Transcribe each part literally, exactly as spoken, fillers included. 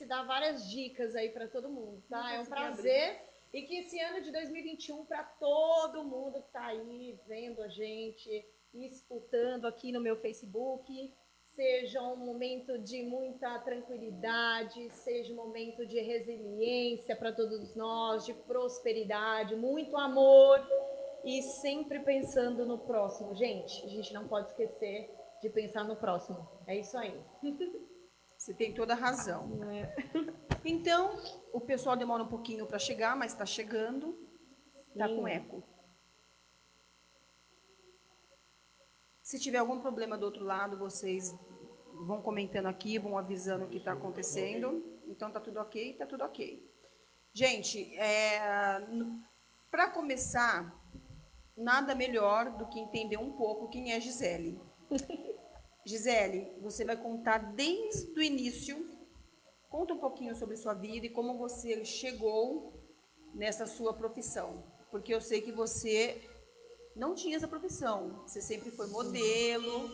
dar várias dicas aí para todo mundo, tá? É um prazer. Abrir. E que esse ano de dois mil e vinte e um, para todo mundo que tá aí vendo a gente, escutando aqui no meu Facebook, seja um momento de muita tranquilidade, seja um momento de resiliência para todos nós, de prosperidade, muito amor e sempre pensando no próximo. Gente, a gente não pode esquecer de pensar no próximo. É isso aí. Você tem toda a razão. É. Então, o pessoal demora um pouquinho para chegar, mas está chegando. Está com eco. Se tiver algum problema do outro lado, vocês vão comentando aqui, vão avisando o que está acontecendo. Então, tá tudo ok? Tá tudo ok. Gente, é, para começar, nada melhor do que entender um pouco quem é Gisele. Gisele, você vai contar desde o início. Conta um pouquinho sobre sua vida e como você chegou nessa sua profissão. Porque eu sei que você não tinha essa profissão. Você sempre foi modelo.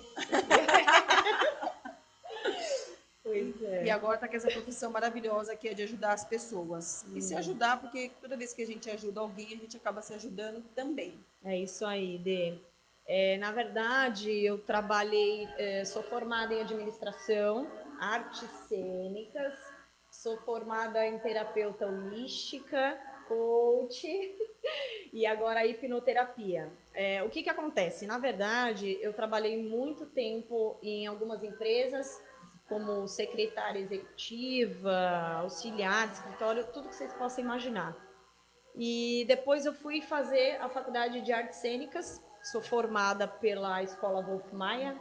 Pois é. E agora está com essa profissão maravilhosa que é de ajudar as pessoas. E se ajudar, porque toda vez que a gente ajuda alguém, a gente acaba se ajudando também. É isso aí, Dê. É, na verdade, eu trabalhei, é, sou formada em administração, artes cênicas, sou formada em terapeuta holística, coach e agora hipnoterapia. É, o que que acontece? Na verdade, eu trabalhei muito tempo em algumas empresas, como secretária executiva, auxiliar de escritório, tudo que vocês possam imaginar. E depois eu fui fazer a faculdade de artes cênicas, sou formada pela Escola Wolf Maia,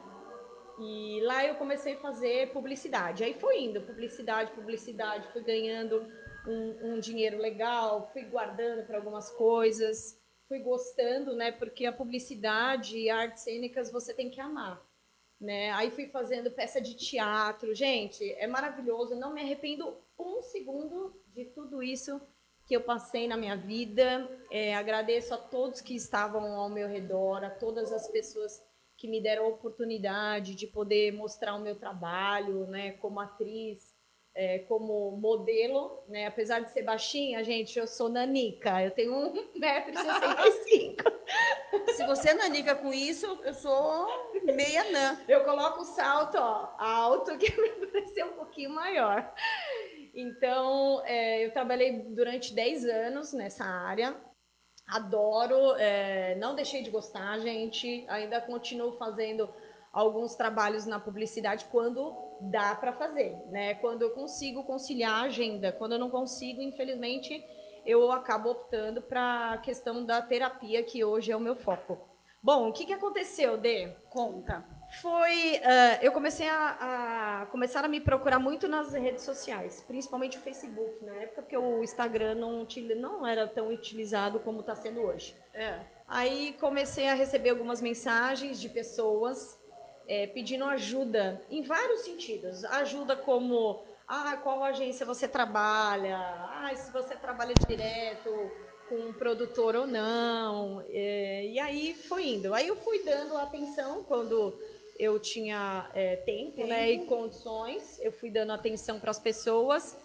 e lá eu comecei a fazer publicidade. Aí foi indo, publicidade, publicidade, fui ganhando um, um dinheiro legal, fui guardando para algumas coisas, fui gostando, né? Porque a publicidade e artes cênicas você tem que amar. Né? Aí fui fazendo peça de teatro. Gente, é maravilhoso, não me arrependo um segundo de tudo isso que eu passei na minha vida. É, agradeço a todos que estavam ao meu redor, a todas as pessoas que me deram a oportunidade de poder mostrar o meu trabalho, né, como atriz, é, como modelo, né, apesar de ser baixinha, gente, eu sou nanica, eu tenho um metro e sessenta e cinco. Se você é nanica com isso, eu sou meia nã. Eu coloco o salto, ó, alto, que vai ser um pouquinho maior. Então, é, eu trabalhei durante dez anos nessa área. Adoro, é, não deixei de gostar, gente. Ainda continuo fazendo alguns trabalhos na publicidade quando dá para fazer, né? Quando eu consigo conciliar a agenda. Quando eu não consigo, infelizmente, eu acabo optando para a questão da terapia, que hoje é o meu foco. Bom, o que, que aconteceu, Dê? Conta. Foi, uh, eu comecei a, a começar a me procurar muito nas redes sociais, principalmente o Facebook, na época porque o Instagram não, não era tão utilizado como está sendo hoje. É. Aí comecei a receber algumas mensagens de pessoas é, pedindo ajuda, em vários sentidos. Ajuda como, ah, qual agência você trabalha, ah, se você trabalha direto com um produtor ou não. É, e aí foi indo. Aí eu fui dando atenção quando eu tinha é, tempo, tempo, né, e condições, eu fui dando atenção para as pessoas,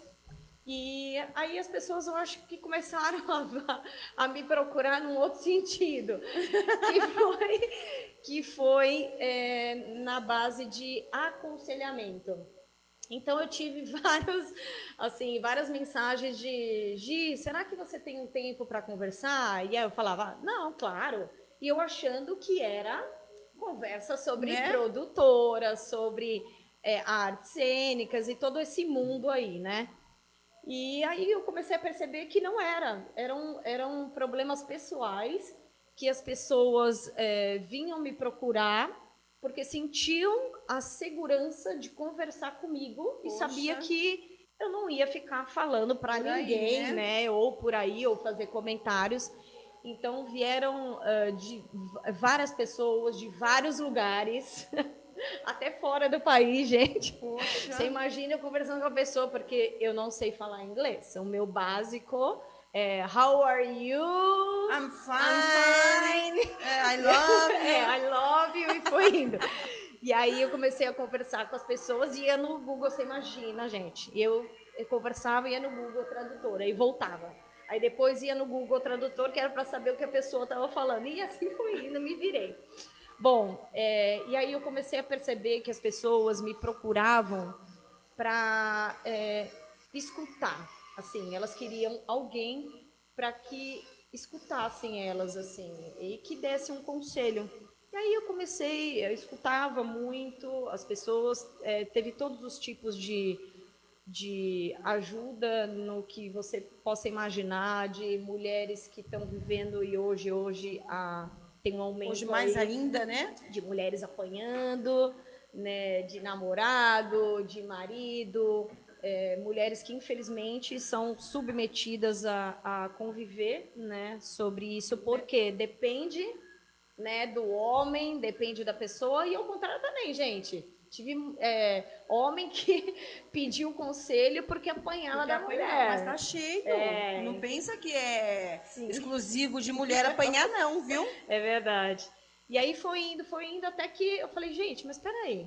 e aí as pessoas, eu acho que começaram a, a me procurar num outro sentido, que foi, que foi é, na base de aconselhamento. Então eu tive vários, assim, várias mensagens de Gi, será que você tem um tempo para conversar? E aí eu falava, não, claro. E eu achando que era conversa sobre né? produtora, sobre é, artes cênicas e todo esse mundo aí, né? E aí eu comecei a perceber que não era, eram, eram problemas pessoais que as pessoas é, vinham me procurar porque sentiam a segurança de conversar comigo. Poxa. E sabia que eu não ia ficar falando para ninguém, aí, né? né? Ou por aí, ou fazer comentários. Então vieram uh, de várias pessoas de vários lugares, até fora do país, gente. Poxa. Você imagina eu conversando com a pessoa, porque eu não sei falar inglês. O meu básico é How are you? I'm fine. I'm fine. É, I love you. É, I love you. E foi indo. E aí eu comecei a conversar com as pessoas e ia no Google, você imagina, gente. Eu eu conversava, ia no Google Tradutor, aí voltava. Aí depois ia no Google Tradutor, que era para saber o que a pessoa estava falando. E assim foi indo, me virei. Bom, é, e aí eu comecei a perceber que as pessoas me procuravam para é, escutar. Assim, elas queriam alguém para que escutassem elas, assim, e que desse um conselho. E aí eu comecei, eu escutava muito as pessoas, é, teve todos os tipos de de ajuda no que você possa imaginar, de mulheres que estão vivendo e hoje, hoje a, tem um aumento Hoje mais aí ainda, né? de mulheres apanhando, né, de namorado, de marido, é, mulheres que infelizmente são submetidas a, a conviver, né, sobre isso, porque depende, né, do homem, depende da pessoa, e ao contrário também, gente. Tive é, homem que pediu conselho porque apanhava Porque da apanhar, mas mulher. tá cheio. É, Não pensa que é sim. exclusivo de mulher apanhar, não, viu? É verdade. E aí foi indo, foi indo, até que eu falei, gente, mas peraí,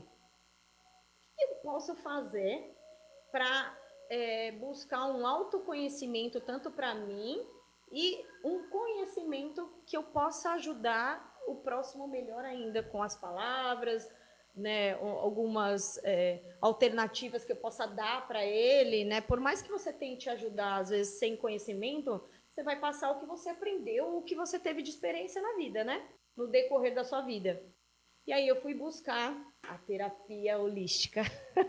o que eu posso fazer para é, buscar um autoconhecimento tanto para mim e um conhecimento que eu possa ajudar o próximo melhor ainda com as palavras, né, algumas é, alternativas que eu possa dar para ele, né? Por mais que você tente ajudar, às vezes sem conhecimento, você vai passar o que você aprendeu, o que você teve de experiência na vida, né? No decorrer da sua vida. E aí eu fui buscar a terapia holística.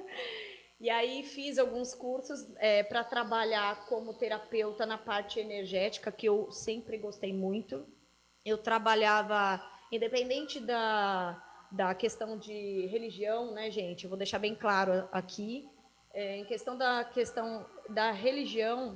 E aí fiz alguns cursos é, para trabalhar como terapeuta na parte energética, que eu sempre gostei muito. Eu trabalhava, independente da, da questão de religião, né, gente? Eu vou deixar bem claro aqui. É, em questão da questão da religião,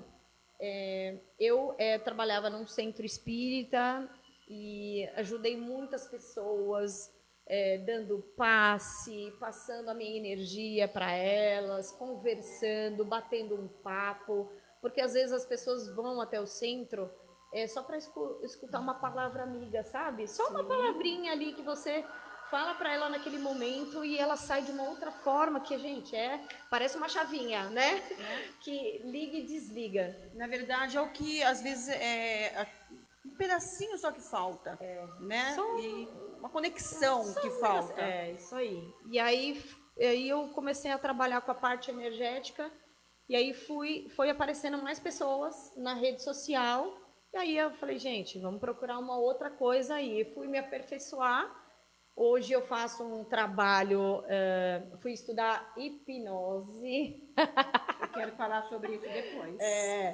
é, eu é, trabalhava num centro espírita e ajudei muitas pessoas, é, dando passe, passando a minha energia para elas, conversando, batendo um papo, porque às vezes as pessoas vão até o centro é, só para escu escutar uma palavra amiga, sabe? Só uma palavrinha ali que você fala para ela naquele momento e ela sai de uma outra forma que, gente, é parece uma chavinha, né? É. Que liga e desliga. Na verdade, é o que às vezes é um pedacinho só que falta, é. né? Só... E uma conexão só que um falta. É, isso aí. E aí, aí eu comecei a trabalhar com a parte energética e aí fui, foi aparecendo mais pessoas na rede social. E aí eu falei, gente, vamos procurar uma outra coisa aí. Fui me aperfeiçoar. Hoje eu faço um trabalho, uh, fui estudar hipnose. Eu quero falar sobre isso depois. É,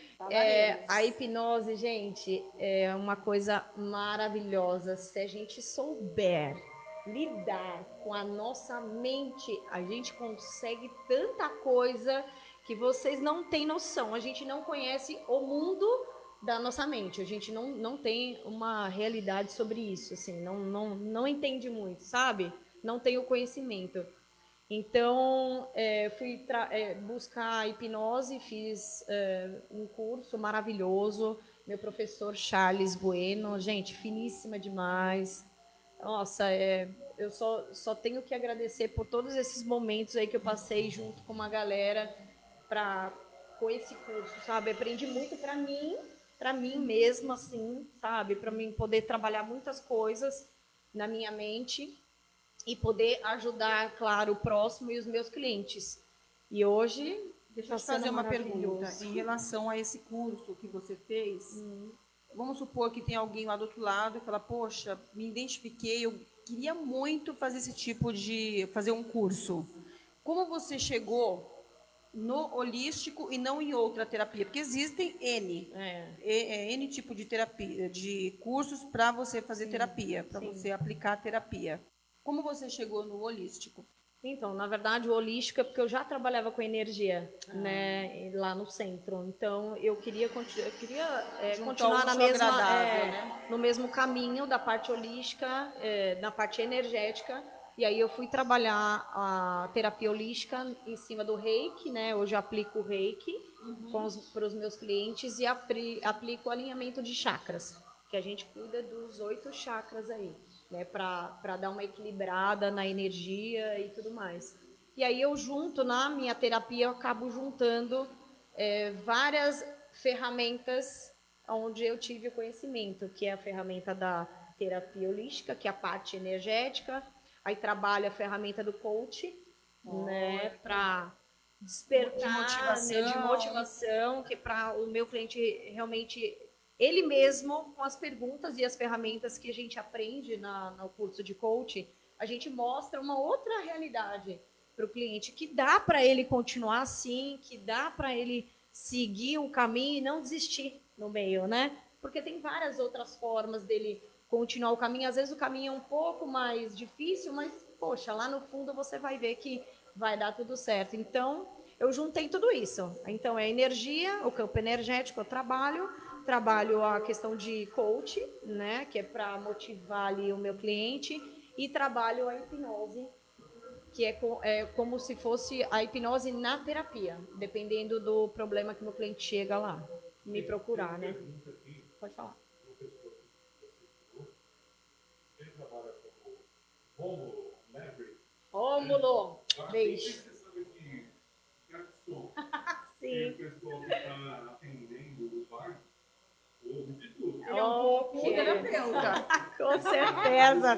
é, a hipnose, gente, é uma coisa maravilhosa. Se a gente souber lidar com a nossa mente, a gente consegue tanta coisa que vocês não têm noção. A gente não conhece o mundo da nossa mente. A gente não, não tem uma realidade sobre isso, assim, não, não, não entende muito, sabe? Não tem o conhecimento. Então, é, fui é, buscar hipnose, fiz é, um curso maravilhoso. Meu professor Charles Bueno, gente, finíssima demais. Nossa, é, eu só, só tenho que agradecer por todos esses momentos aí que eu passei junto com uma galera pra, com esse curso, sabe? Aprendi muito para mim, para mim mesma, assim, sabe? Para mim poder trabalhar muitas coisas na minha mente e poder ajudar, claro, o próximo e os meus clientes. E hoje, deixa eu te fazer uma pergunta em relação a esse curso que você fez. Hum. Vamos supor que tem alguém lá do outro lado e fala, poxa, me identifiquei, eu queria muito fazer esse tipo de, fazer um curso. Como você chegou no holístico e não em outra terapia? Porque existem N, é. É, N tipo de terapia, de cursos para você fazer sim, terapia, para você aplicar terapia. Como você chegou no holístico? Então, na verdade, o holístico é porque eu já trabalhava com energia, ah. né, lá no centro. Então, eu queria, eu queria é, continuar na mesma, é, né? no mesmo caminho da parte holística, é, na parte energética. E aí eu fui trabalhar a terapia holística em cima do reiki, né? Hoje eu aplico o reiki uhum. para os meus clientes e apri, aplico o alinhamento de chakras, que a gente cuida dos oito chakras aí, né? Para dar uma equilibrada na energia e tudo mais. E aí eu junto, na minha terapia, eu acabo juntando é, várias ferramentas onde eu tive o conhecimento, que é a ferramenta da terapia holística, que é a parte energética, aí trabalho a ferramenta do coach, oh, né, para despertar, de motivação, né, de motivação, que para o meu cliente realmente ele mesmo, com as perguntas e as ferramentas que a gente aprende na, no curso de coach, a gente mostra uma outra realidade para o cliente, que dá para ele continuar assim, que dá para ele seguir o caminho e não desistir no meio, né? Porque tem várias outras formas dele continuar o caminho. Às vezes o caminho é um pouco mais difícil, mas, poxa, lá no fundo você vai ver que vai dar tudo certo. Então, eu juntei tudo isso. Então, é energia, o campo energético eu trabalho, trabalho a questão de coach, né, que é para motivar ali o meu cliente, e trabalho a hipnose, que é, co é como se fosse a hipnose na terapia, dependendo do problema que meu cliente chega lá, me procurar, né? Pode falar. Rômulo, beijo. Sim. Ele é um pouco okay. terapeuta. Com certeza.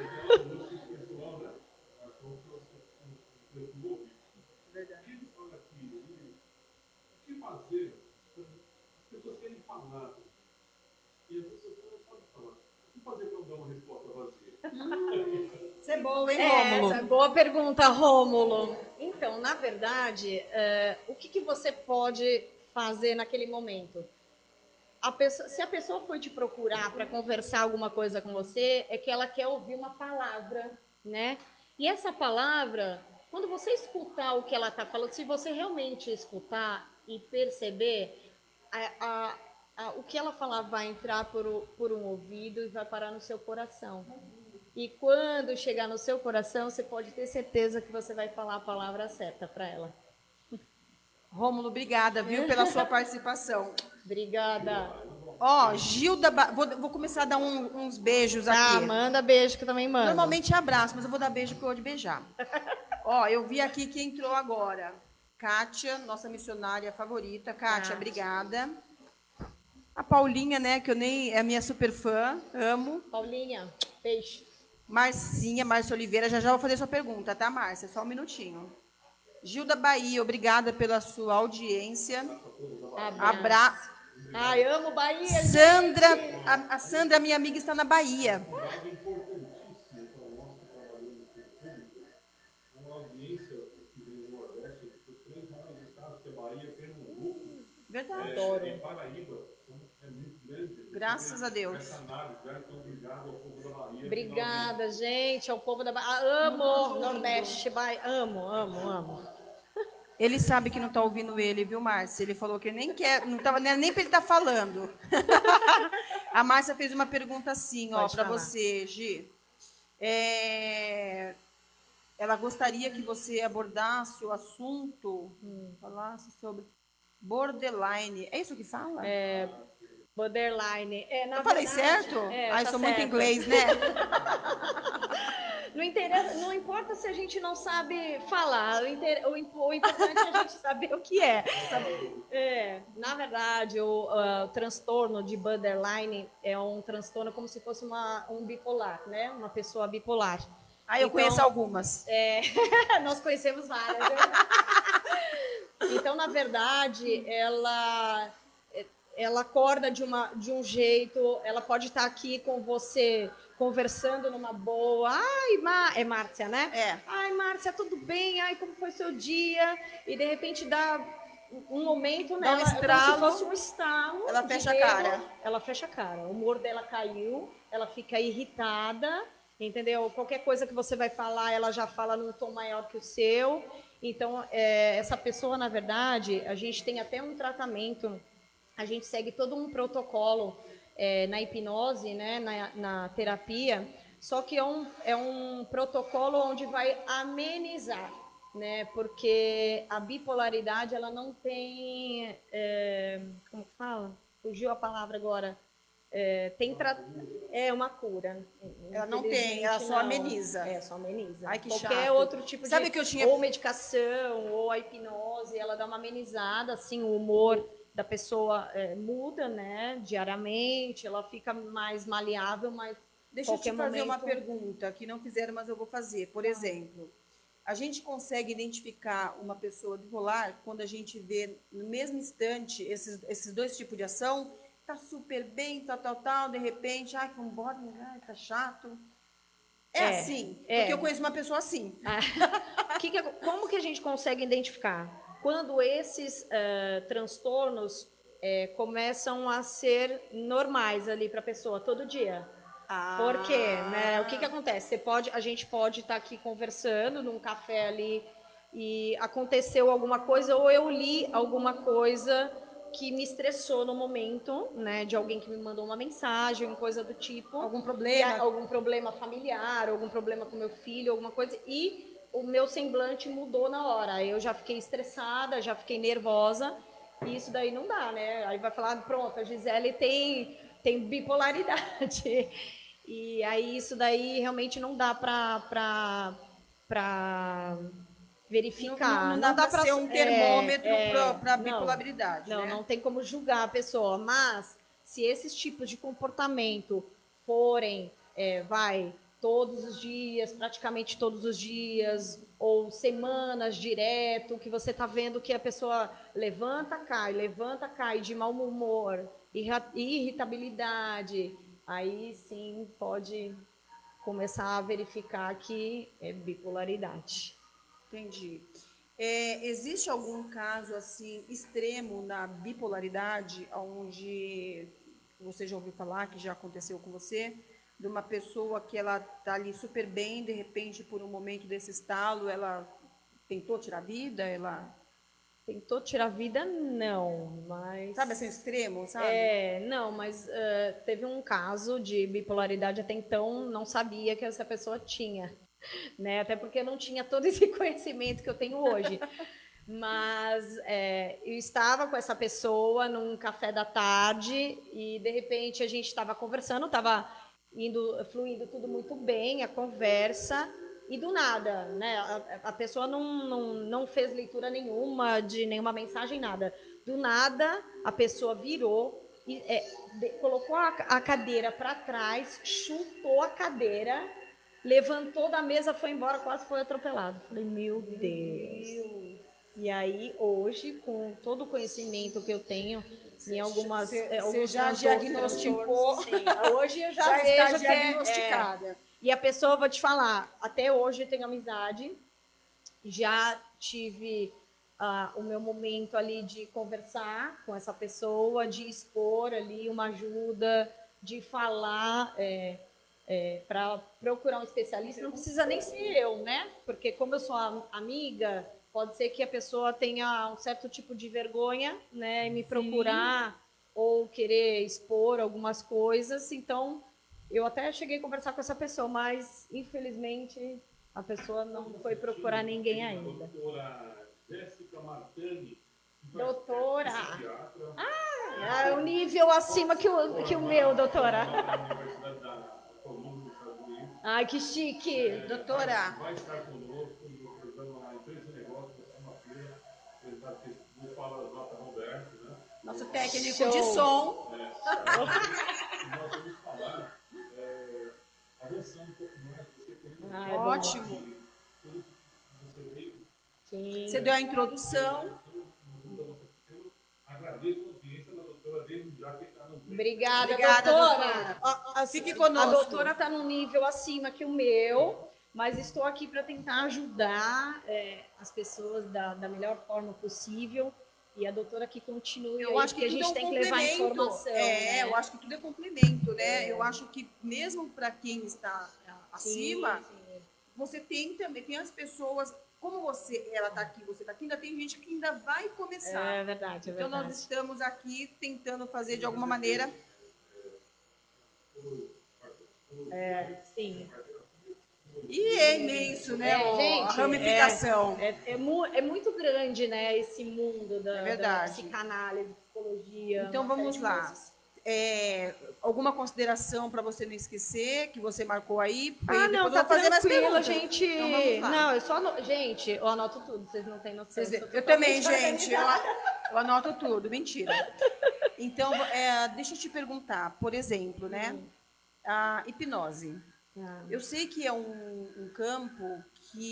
Verdade. Ele fala que o que fazer? As pessoas querem falar. E as pessoas não sabem falar. O que fazer para não dar uma resposta vazia? Hum, isso é bom, hein, é, Rômulo? Essa, boa pergunta, Rômulo. Então, na verdade, uh, o que, que você pode fazer naquele momento? A pessoa, se a pessoa for te procurar para conversar alguma coisa com você, é que ela quer ouvir uma palavra, né? E essa palavra, quando você escutar o que ela está falando, se você realmente escutar e perceber, a, a, a, o que ela falar vai entrar por, por um ouvido e vai parar no seu coração. E quando chegar no seu coração, você pode ter certeza que você vai falar a palavra certa para ela. Rômulo, obrigada, viu, pela sua participação. Obrigada. Ó, oh, Gilda, ba... vou, vou começar a dar um, uns beijos aqui. Ah, manda beijo que eu também mando. Normalmente é abraço, mas eu vou dar beijo porque eu vou de beijar. Ó, oh, eu vi aqui que entrou agora. Kátia, nossa missionária favorita. Kátia, obrigada. A Paulinha, né, que eu nem é minha super fã, amo. Paulinha, beijo. Marcinha, Márcia Oliveira, já já vou fazer sua pergunta, tá, Márcia? Só um minutinho. Gilda Bahia, obrigada pela sua audiência. Abraço. Abra... Ai, amo Bahia, Sandra, gente. a, a Sandra, minha amiga, está na Bahia. Verdade. Adoro. É, Paraíba é muito grande. Graças a Deus. Obrigada, gente, ao povo da Bahia. Amo Nordeste, Bahia. Amo, amo, amo. Ele sabe que não está ouvindo ele, viu, Márcia? Ele falou que nem quer, não tava nem para ele estar tá falando. A Márcia fez uma pergunta assim, ó, para você, Gi. É... Ela gostaria que você abordasse o assunto, hum. falasse sobre borderline. É isso que fala? É, borderline. É, na eu falei verdade, certo? É, Ai, tá sou certo. muito inglês, né? Não, interessa, não importa se a gente não sabe falar, o, inter, o, o importante é a gente saber o que é. é na verdade, o, uh, o transtorno de borderline é um transtorno como se fosse uma, um bipolar, né? Uma pessoa bipolar. Ah, eu então, conheço algumas. É, nós conhecemos várias. Né? Então, na verdade, ela, ela acorda de, uma, de um jeito, ela pode estar aqui com você conversando numa boa. Ai, Má... é Márcia, né? É. Ai, Márcia, tudo bem? Ai, como foi seu dia? E de repente dá um momento nela, um estralo, como se fosse um estalo. Ela fecha dedo, a cara. Ela fecha a cara. O humor dela caiu, ela fica irritada, entendeu? Qualquer coisa que você vai falar, ela já fala num tom maior que o seu. Então, é, essa pessoa, na verdade, a gente tem até um tratamento, a gente segue todo um protocolo é, na hipnose, né, na, na terapia, só que é um, é um protocolo onde vai amenizar, né, porque a bipolaridade, ela não tem, é, como fala? Fugiu a palavra agora. É, tem tra... é uma cura. Ela não tem, ela só não. ameniza. É, só ameniza. Ai, que Qualquer chato. outro tipo Sabe de... que eu tinha... Ou medicação, ou a hipnose, ela dá uma amenizada, assim, o humor da pessoa é, muda, né, diariamente, ela fica mais maleável, mas Deixa eu te fazer momento... uma pergunta que não fizeram, mas eu vou fazer. Por exemplo, a gente consegue identificar uma pessoa bipolar quando a gente vê no mesmo instante esses, esses dois tipos de ação? Tá super bem, tal, tal, tal, de repente, ai, vamos embora, ai, tá chato. É, é assim? É. Porque eu conheço uma pessoa assim. Ah, que que, como que a gente consegue identificar? Quando esses uh, transtornos é, começam a ser normais ali para a pessoa todo dia. Ah. Por quê? Né? O que, que acontece? Você pode, a gente pode estar tá aqui conversando num café ali e aconteceu alguma coisa, ou eu li alguma coisa que me estressou no momento, né? De alguém que me mandou uma mensagem, coisa do tipo. Algum problema? E, algum problema familiar, algum problema com meu filho, alguma coisa. E o meu semblante mudou na hora. Eu já fiquei estressada, já fiquei nervosa. E isso daí não dá, né? Aí vai falar, pronto, a Gisele tem, tem bipolaridade. E aí isso daí realmente não dá para verificar. Não, não, não, não dá, dá para ser um termômetro é, para é, bipolaridade, não, né? Não, não tem como julgar a pessoa, mas se esses tipos de comportamento forem, é, vai, todos os dias, praticamente todos os dias, ou semanas direto, que você está vendo que a pessoa levanta, cai, levanta, cai, de mau humor, irritabilidade, aí sim pode começar a verificar que é bipolaridade. Entendi. É, existe algum caso assim extremo na bipolaridade, onde você já ouviu falar, que já aconteceu com você, de uma pessoa que ela tá ali super bem, de repente, por um momento desse estalo, ela tentou tirar a vida, ela... Tentou tirar a vida, não, mas... Sabe assim, extremo, sabe? É, não, mas uh, teve um caso de bipolaridade, até então não sabia que essa pessoa tinha, né? Até porque não tinha todo esse conhecimento que eu tenho hoje. Mas é, eu estava com essa pessoa num café da tarde e, de repente, a gente estava conversando, estava indo, fluindo tudo muito bem, a conversa... E do nada, né? A, a pessoa não, não, não fez leitura nenhuma de nenhuma mensagem, nada. Do nada, a pessoa virou e é, de, colocou a, a cadeira para trás, chutou a cadeira, levantou da mesa, foi embora, quase foi atropelado. Falei, meu Deus. E aí, hoje, com todo o conhecimento que eu tenho em algumas... Você já diagnosticou. Sim, hoje eu já, já vejo está diagnosticada. Que é, é, e a pessoa, vou te falar, até hoje tenho amizade, já tive uh, o meu momento ali de conversar com essa pessoa, de expor ali uma ajuda, de falar é, é, para procurar um especialista. Não precisa nem ser eu, né? Porque como eu sou amiga, pode ser que a pessoa tenha um certo tipo de vergonha, né? E me procurar... Sim. Ou querer expor algumas coisas, então eu até cheguei a conversar com essa pessoa, mas infelizmente a pessoa não foi procurar ninguém ainda. Doutora Jéssica Martani. Doutora! Ah, é um nível acima que o, que o meu, doutora. Ai, que chique! Doutora! Vai estar conosco no programa Empresa e Negócios, na segunda-feira. Vou falar lá para o Roberto, né? Nosso técnico Show. de som. É, nós vamos falar, é, avançando um pouco mais, você tem ah, é ótimo. Tudo que você veio. Sim. Você deu a introdução. Eu agradeço a audiência da doutora desde já que está no... Obrigada, Obrigada, doutora. doutora. A, a, Fique conosco. A doutora está num nível acima que o meu, mas estou aqui para tentar ajudar é, as pessoas da, da melhor forma possível. E a doutora que continue eu aí, acho que porque a gente é um tem que levar informação. É, né? eu acho que tudo é complemento, né? É. Eu acho que mesmo para quem está acima, sim, sim. Você tem também, tem as pessoas, como você, ela está aqui, você está aqui, ainda tem gente que ainda vai começar. É verdade, é então verdade. nós estamos aqui tentando fazer de alguma maneira. É, sim. E é imenso, né? É, gente, a ramificação. É, é, é, mu é, muito grande, né, esse mundo da, é da psicanálise, psicologia. Então vamos lá. é, alguma consideração para você não esquecer, que você marcou aí? Porque Ah, aí não, depois tá eu vou fazer mais tranquilo, a perguntas. gente... Então vamos lá. Não, eu só... ano- Gente, eu anoto tudo, vocês não têm noção. Vocês Eu, vê- sou eu também, totalmente gente. Eu, organizada. eu anoto tudo. Mentira. Então, é, deixa eu te perguntar, por exemplo, né? Hum. A hipnose. Ah, Eu sei que é um, um campo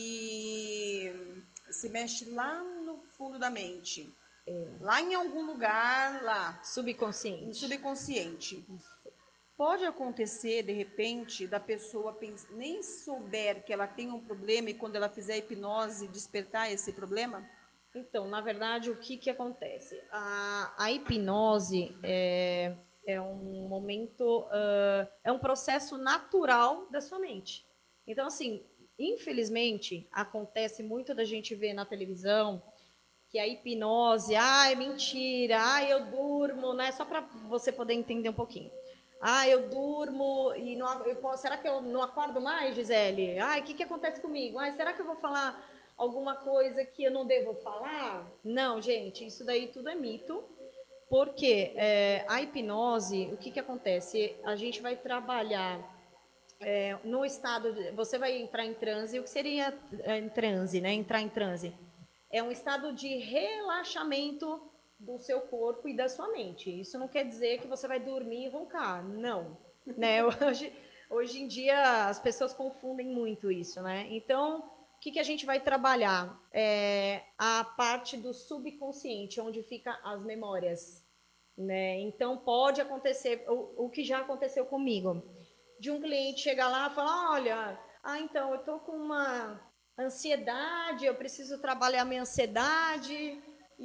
que se mexe lá no fundo da mente. Lá em algum lugar, lá, no subconsciente. subconsciente. Pode acontecer, de repente, da pessoa pens- nem souber que ela tem um problema e quando ela fizer a hipnose, despertar esse problema? Então, na verdade, o que, que acontece? A, a hipnose é, é um momento, ah, é um processo natural da sua mente. Então, assim, infelizmente, acontece muito da gente ver na televisão que a hipnose, ah, é mentira, ah, eu durmo, né? Só para você poder entender um pouquinho. Ah, eu durmo e não, eu posso, será que eu não acordo mais, Gisele? Ah, o que, que acontece comigo? Ah, será que eu vou falar alguma coisa que eu não devo falar? Não, gente, isso daí tudo é mito. Porque é, a hipnose, o que, que acontece? A gente vai trabalhar é, no estado, de, você vai entrar em transe. O que seria é, em transe, né? Entrar em transe é um estado de relaxamento do seu corpo e da sua mente. Isso não quer dizer que você vai dormir e roncar, não. Né? Hoje, hoje em dia as pessoas confundem muito isso, né? Então, o que, que a gente vai trabalhar? É a parte do subconsciente, onde ficam as memórias. Né? Então, pode acontecer, o, o que já aconteceu comigo, de um cliente chegar lá e falar, olha, ah, então, eu tô com uma ansiedade, eu preciso trabalhar minha ansiedade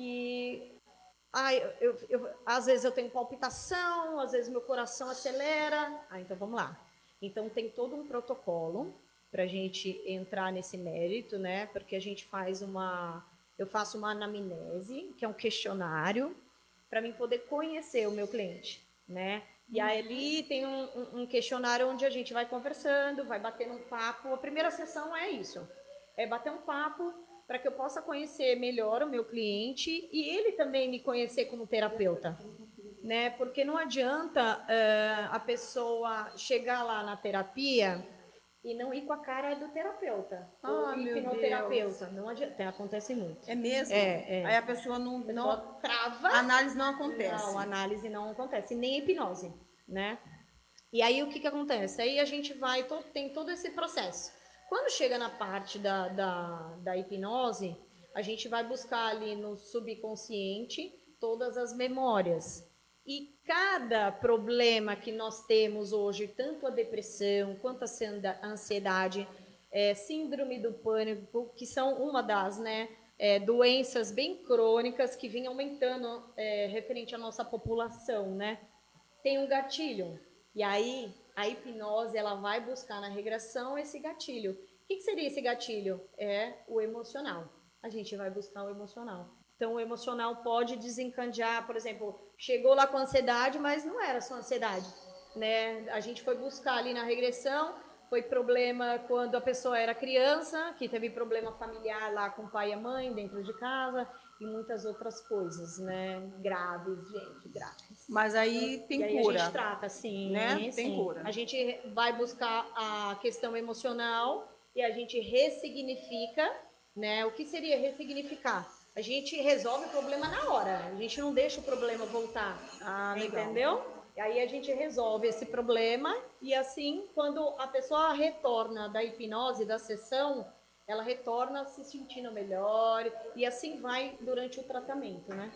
e ah, eu, eu, eu, às vezes eu tenho palpitação, às vezes meu coração acelera. Ah, então vamos lá. Então tem todo um protocolo para a gente entrar nesse mérito, né? Porque a gente faz uma, eu faço uma anamnese, que é um questionário, para mim poder conhecer o meu cliente, né? E aí ali tem um, um, um questionário onde a gente vai conversando, vai batendo um papo. A primeira sessão é isso, é bater um papo para que eu possa conhecer melhor o meu cliente e ele também me conhecer como terapeuta, né? Porque não adianta uh, a pessoa chegar lá na terapia e não ir com a cara do terapeuta, Ah, ou meu hipnoterapeuta. Deus. Não adianta, acontece muito. É mesmo? É, é. Aí a pessoa não, A pessoa não trava. a análise não acontece. Não, a análise não acontece, nem hipnose, né? E aí o que que acontece? Aí a gente vai, tem todo esse processo. Quando chega na parte da, da, da hipnose, a gente vai buscar ali no subconsciente todas as memórias. E cada problema que nós temos hoje, tanto a depressão quanto a ansiedade, é, síndrome do pânico, que são uma das, né, é, doenças bem crônicas que vem aumentando é, referente à nossa população, né? Tem um gatilho. E aí, a hipnose, ela vai buscar na regressão esse gatilho. O que, que seria esse gatilho? É o emocional. A gente vai buscar o emocional. Então, o emocional pode desencadear, por exemplo, chegou lá com ansiedade, mas não era só ansiedade, né? A gente foi buscar ali na regressão, foi problema quando a pessoa era criança, que teve problema familiar lá com o pai e a mãe dentro de casa, e muitas outras coisas, né? Graves, gente, graves. Mas aí tem E aí cura. a gente trata, sim, Né? Tem sim. cura. A gente vai buscar a questão emocional e a gente ressignifica, né? O que seria ressignificar? A gente resolve o problema na hora, a gente não deixa o problema voltar. Ah, legal. Entendeu? E aí a gente resolve esse problema e assim, quando a pessoa retorna da hipnose, da sessão, ela retorna se sentindo melhor e assim vai durante o tratamento, né?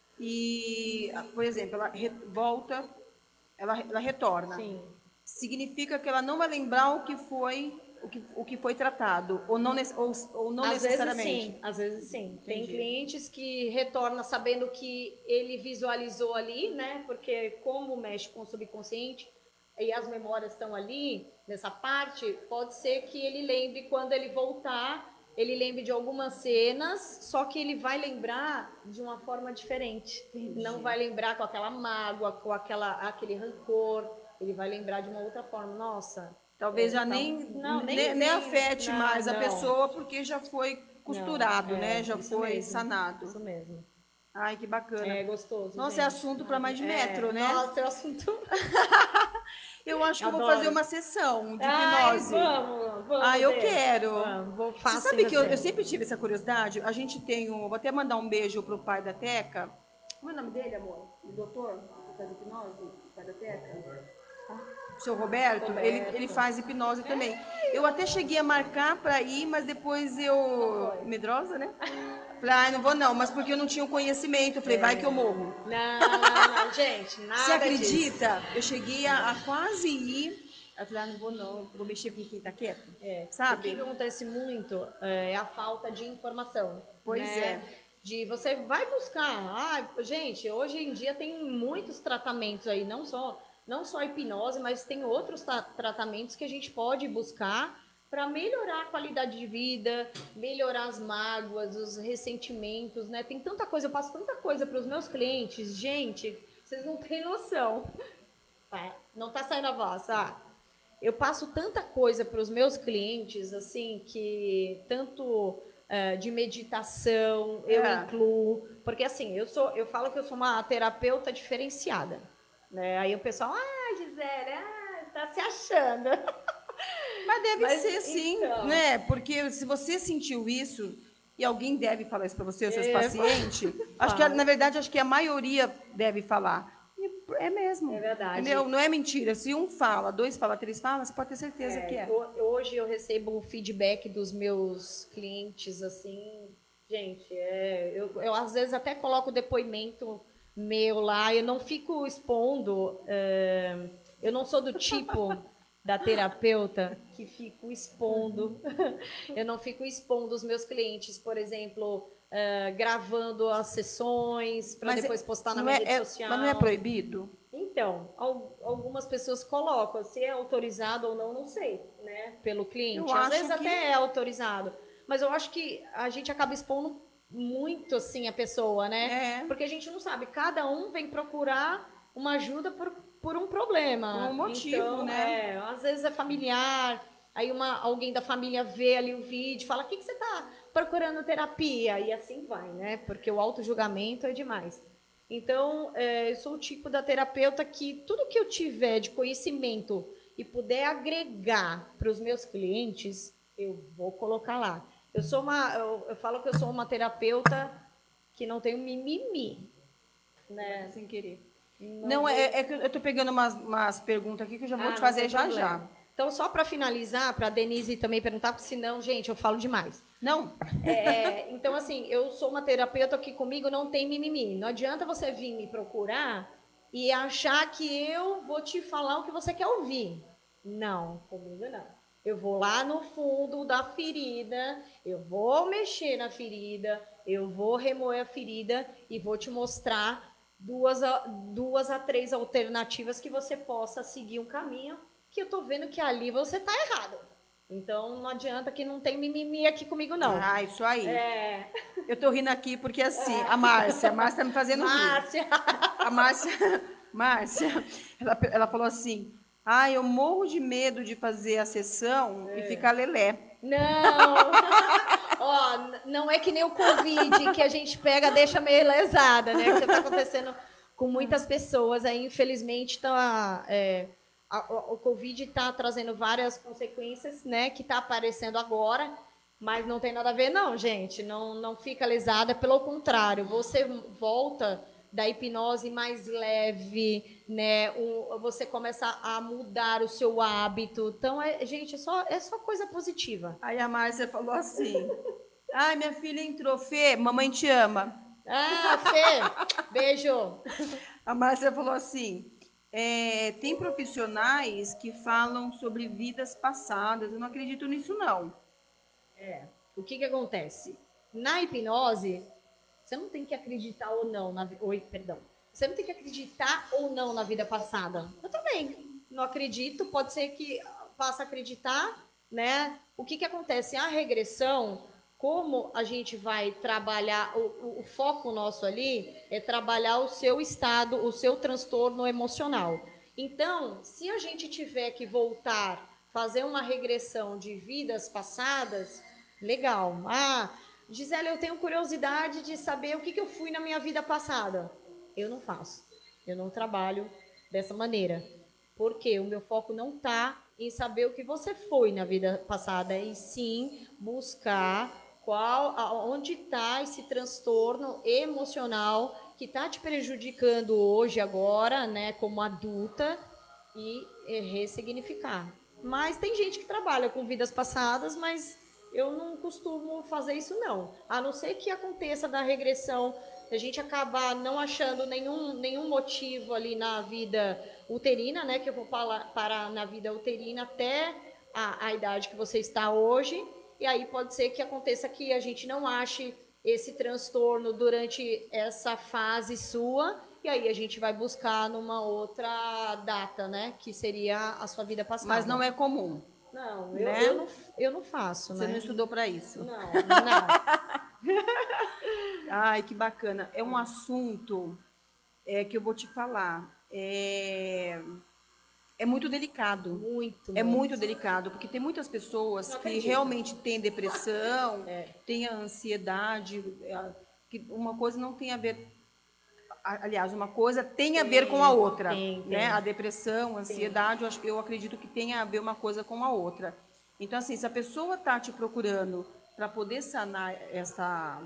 E, por exemplo, ela re- volta, ela, ela retorna. Sim. Significa que ela não vai lembrar o que foi o que, o que foi tratado, ou não, ou, ou não Às necessariamente. vezes sim, às vezes sim. Tem Entendi. clientes que retornam sabendo que ele visualizou ali, né? Porque como mexe com o subconsciente e as memórias estão ali, nessa parte, pode ser que ele lembre quando ele voltar, ele lembre de algumas cenas, só que ele vai lembrar de uma forma diferente. Entendi. Não vai lembrar com aquela mágoa, com aquela, aquele rancor, ele vai lembrar de uma outra forma. Nossa, Talvez é, já tal. nem, Não, nem, nem, nem nem afete não, mais a não. pessoa, porque já foi costurado, Não, é, né? Já isso foi mesmo, sanado. Isso mesmo. Ai, que bacana. É gostoso. Nossa, gente. é assunto para mais de metro, é, né? Nossa, é assunto. Eu acho que eu vou Adoro. fazer uma sessão de Ai, hipnose. vamos, vamos. Ah, eu Dê. quero. Vamos, vou Você faço em sabe que eu, você. eu sempre tive essa curiosidade? A gente tem um. Vou até mandar um beijo pro pai da Teca. Como é o nome dele, amor? O doutor? Que faz hipnose? O pai da Teca? O seu Roberto, Roberto. Ele, ele faz hipnose também. Eu até cheguei a marcar para ir, mas depois eu. Medrosa, né? Falei, ai, não vou não, mas porque eu não tinha o conhecimento. Falei, vai que eu morro. Não, não, não, gente, nada Você acredita? disso. Eu cheguei a, a quase ir. Eu falei, ah, não vou não, vou mexer com quem tá quieto. É, Sabe? o que, que acontece muito é a falta de informação. Pois né? é. De você vai buscar. Ah, gente, hoje em dia tem muitos tratamentos aí, não só, não só a hipnose, mas tem outros tra tratamentos que a gente pode buscar para melhorar a qualidade de vida, melhorar as mágoas, os ressentimentos, né? Tem tanta coisa, eu passo tanta coisa para os meus clientes, gente, vocês não têm noção. Tá? Não tá saindo a voz, ah. Eu passo tanta coisa para os meus clientes, assim, que tanto uh, de meditação eu É. incluo, porque assim, eu sou, eu falo que eu sou uma terapeuta diferenciada, né? Aí o pessoal, ah, Gisele, ah, tá se achando. Mas deve Mas, ser sim, então, né? Porque se você sentiu isso, e alguém deve falar isso para você, os seus É, pacientes, acho que, fala. na verdade, acho que a maioria deve falar. E É mesmo. É verdade. Entendeu? Não é mentira. Se um fala, dois fala, três fala, você pode ter certeza que é. ho- Hoje eu recebo um feedback dos meus clientes, assim, gente, é, eu, eu às vezes até coloco depoimento meu lá, eu não fico expondo, é, eu não sou do tipo da terapeuta que fico expondo, eu não fico expondo os meus clientes, por exemplo, é, gravando as sessões para Mas depois é- postar na não minha é, rede é- social. mas não é proibido? Então, al- algumas pessoas colocam, se é autorizado ou não, não sei, né, pelo Eu cliente. Às vezes acho que. até é autorizado, mas eu acho que a gente acaba expondo muito, assim, a pessoa, né? É, Porque a gente não sabe, cada um vem procurar uma ajuda por, por um por problema. um motivo, Então, né? é, às vezes é familiar, aí uma, alguém da família vê ali o vídeo, fala, o que, que você está procurando terapia? E assim vai, né? Porque o auto-julgamento é demais. Então, é, eu sou o tipo da terapeuta que tudo que eu tiver de conhecimento e puder agregar para os meus clientes, eu vou colocar lá. Eu sou uma, eu, eu falo que eu sou uma terapeuta que não tem mimimi, né? Sem querer. Não, Não, vou... é, é que eu tô pegando umas, umas perguntas aqui que eu já vou ah, te não fazer tem já problema. já. Então, só para finalizar, para a Denise também perguntar, porque senão, gente, eu falo demais. Não? É, então, assim, eu sou uma terapeuta que comigo não tem mimimi. Não adianta você vir me procurar e achar que eu vou te falar o que você quer ouvir. Não, comigo não. Eu vou lá no fundo da ferida, eu vou mexer na ferida, eu vou remoer a ferida e vou te mostrar duas a, duas a três alternativas que você possa seguir um caminho que eu tô vendo que ali você tá errado. Então não adianta que não tem mimimi aqui comigo, não. Ah, isso aí. É. Eu tô rindo aqui porque assim, a Márcia, a Márcia tá me fazendo Márcia. rir. A Márcia, Márcia, ela, ela falou assim: ah, eu morro de medo de fazer a sessão É. e ficar lelé. Não. Ó, não é que nem o Covid que a gente pega, deixa meio lesada, né? Que tá acontecendo com muitas pessoas aí, infelizmente, tá. É, a, o Covid está trazendo várias consequências, né? Que está aparecendo agora, mas não tem nada a ver, não, gente. Não, não fica lesada, pelo contrário, você volta da hipnose mais leve, né? O, você começa a mudar o seu hábito. Então, é, gente, é só, é só coisa positiva. Aí a Márcia falou assim: ai, minha filha entrou, Fê, mamãe te ama. Ah, Fê, beijo. A Márcia falou assim: é, tem profissionais que falam sobre vidas passadas. Eu não acredito nisso, não. É, o que que acontece? Na hipnose, você não tem que acreditar ou não na vi- oi, perdão. Você não tem que acreditar ou não na vida passada. Eu também não acredito, pode ser que passe a acreditar, né? O que que acontece? A regressão, como a gente vai trabalhar, o, o, o foco nosso ali é trabalhar o seu estado, o seu transtorno emocional. Então, se a gente tiver que voltar, fazer uma regressão de vidas passadas, legal. Ah, Gisele, eu tenho curiosidade de saber o que, que eu fui na minha vida passada. Eu não faço. Eu não trabalho dessa maneira. Porque o meu foco não está em saber o que você foi na vida passada, e sim buscar qual, onde está esse transtorno emocional que está te prejudicando hoje, agora, né, como adulta, e é, ressignificar. Mas tem gente que trabalha com vidas passadas, mas eu não costumo fazer isso não. A não ser que aconteça da regressão, a gente acabar não achando nenhum, nenhum motivo ali na vida uterina, né? Que eu vou parar na vida uterina até a, a idade que você está hoje. E aí pode ser que aconteça que a gente não ache esse transtorno durante essa fase sua, e aí a gente vai buscar numa outra data, né? Que seria a sua vida Mas não passada. é comum, Não, eu, né? eu, não, eu não faço, Você né? não estudou para isso. Não, não. Ai, que bacana. É um assunto é, que eu vou te falar. É, é muito delicado. Muito, É muito. muito delicado, porque tem muitas pessoas Não que acredito. realmente têm depressão, É. têm a ansiedade, é, que uma coisa não tem a ver, aliás, uma coisa tem a ver com a outra, Tem, tem. né? A depressão, a ansiedade, eu, acho, eu acredito que tem a ver uma coisa com a outra. Então, assim, se a pessoa está te procurando para poder sanar essa,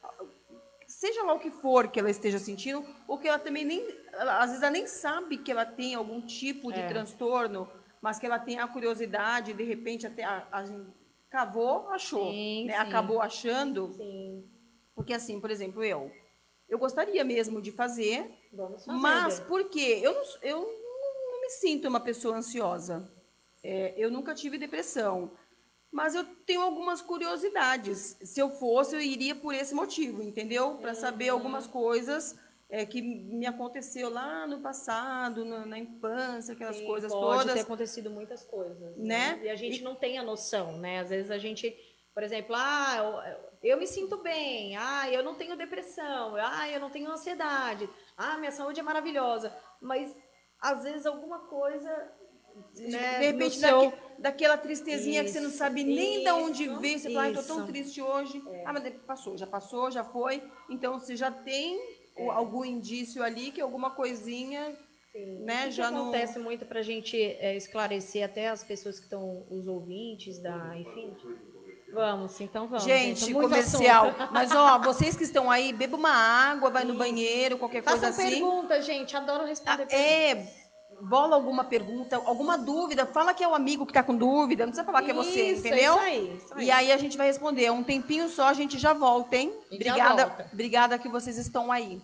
seja lá o que for que ela esteja sentindo, ou que ela também nem, ela, às vezes ela nem sabe que ela tem algum tipo de É. transtorno, mas que ela tem a curiosidade, de repente até a, a, cavou, achou, Sim, né? sim. Acabou achando, Sim. porque assim, por exemplo, eu, eu gostaria mesmo de fazer, Vamos fazer. mas por quê? Eu não, eu não me sinto uma pessoa ansiosa. É, eu nunca tive depressão. Mas eu tenho algumas curiosidades. Se eu fosse, eu iria por esse motivo, entendeu? Para saber algumas coisas é, que me aconteceu lá no passado, na, na infância, aquelas Sim, coisas pode ter todas, acontecido muitas coisas, né? né? E a gente E, não tem a noção, né? Às vezes a gente, por exemplo, ah, eu, eu me sinto bem, ah, eu não tenho depressão, ah, eu não tenho ansiedade, ah, minha saúde é maravilhosa, mas às vezes alguma coisa, né, de no repente, seu... daque, daquela tristezinha que você não Isso, sabe nem de onde isso, veio, você fala, ai, tô tão isso. triste hoje. Ah, mas passou, já passou, já foi. Então, você já tem o- algum indício ali que alguma coisinha, Sim. O né, que, que já não... acontece muito para a gente é, esclarecer até as pessoas que estão, os ouvintes da, enfim. Vamos, então vamos, gente. Gente, Muito assunto. comercial. Mas, ó, vocês que estão aí, beba uma água, vai no Isso. banheiro, qualquer coisa Façam assim. perguntas, gente. Adoro responder É, perguntas. bola alguma pergunta, alguma dúvida, fala que é o amigo que tá com dúvida, não precisa falar que é você, Isso, é isso entendeu? aí, isso E aí. aí a gente vai responder. É um tempinho só, a gente já volta, hein? A gente já Obrigada, volta. obrigada que vocês estão aí.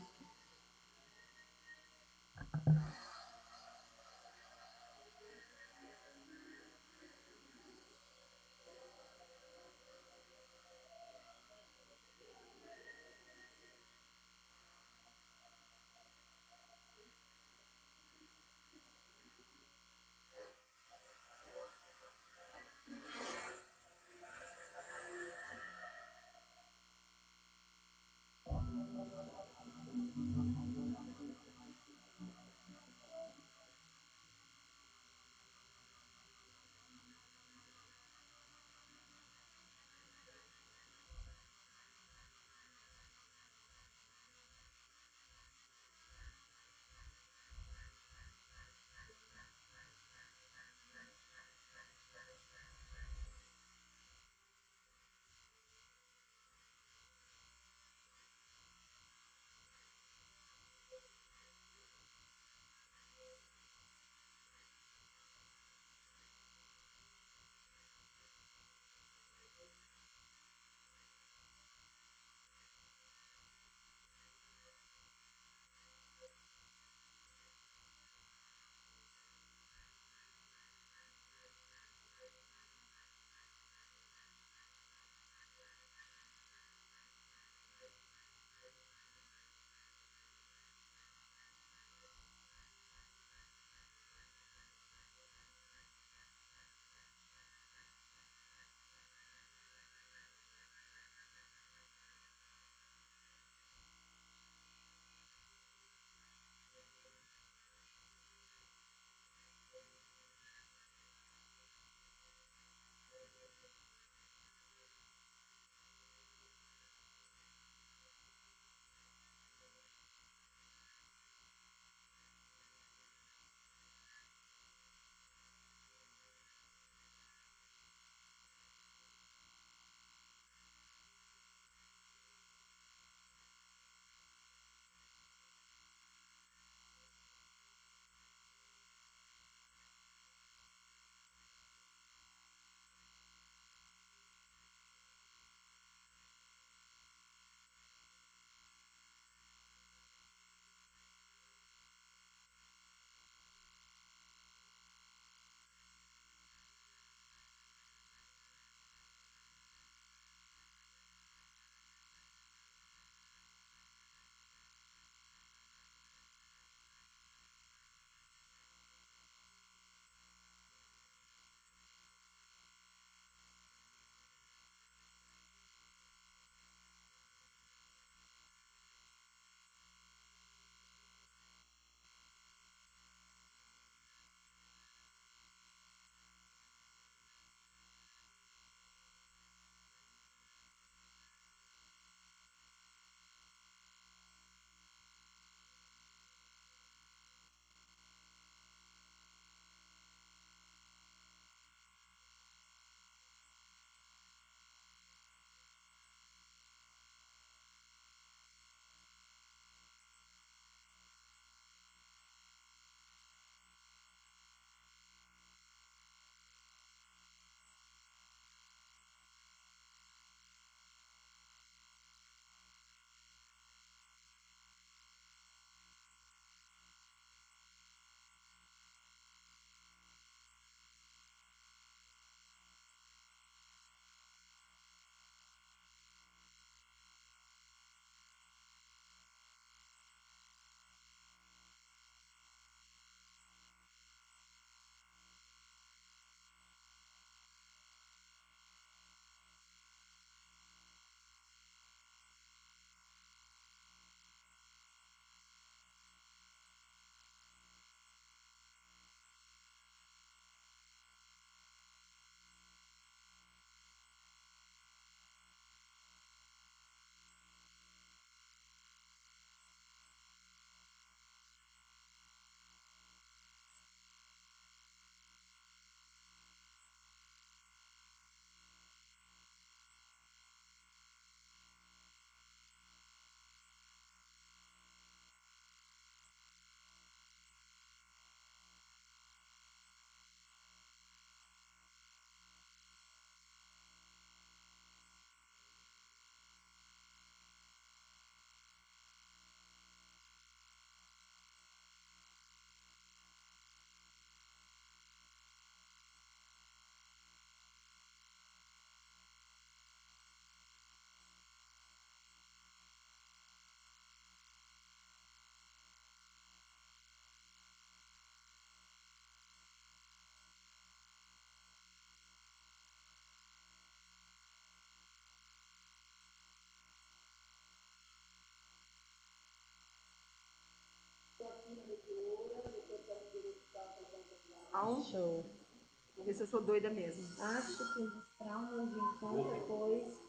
Ao? Show. Vou ver se eu sou doida mesmo. Acho que os traumas de infância, pois...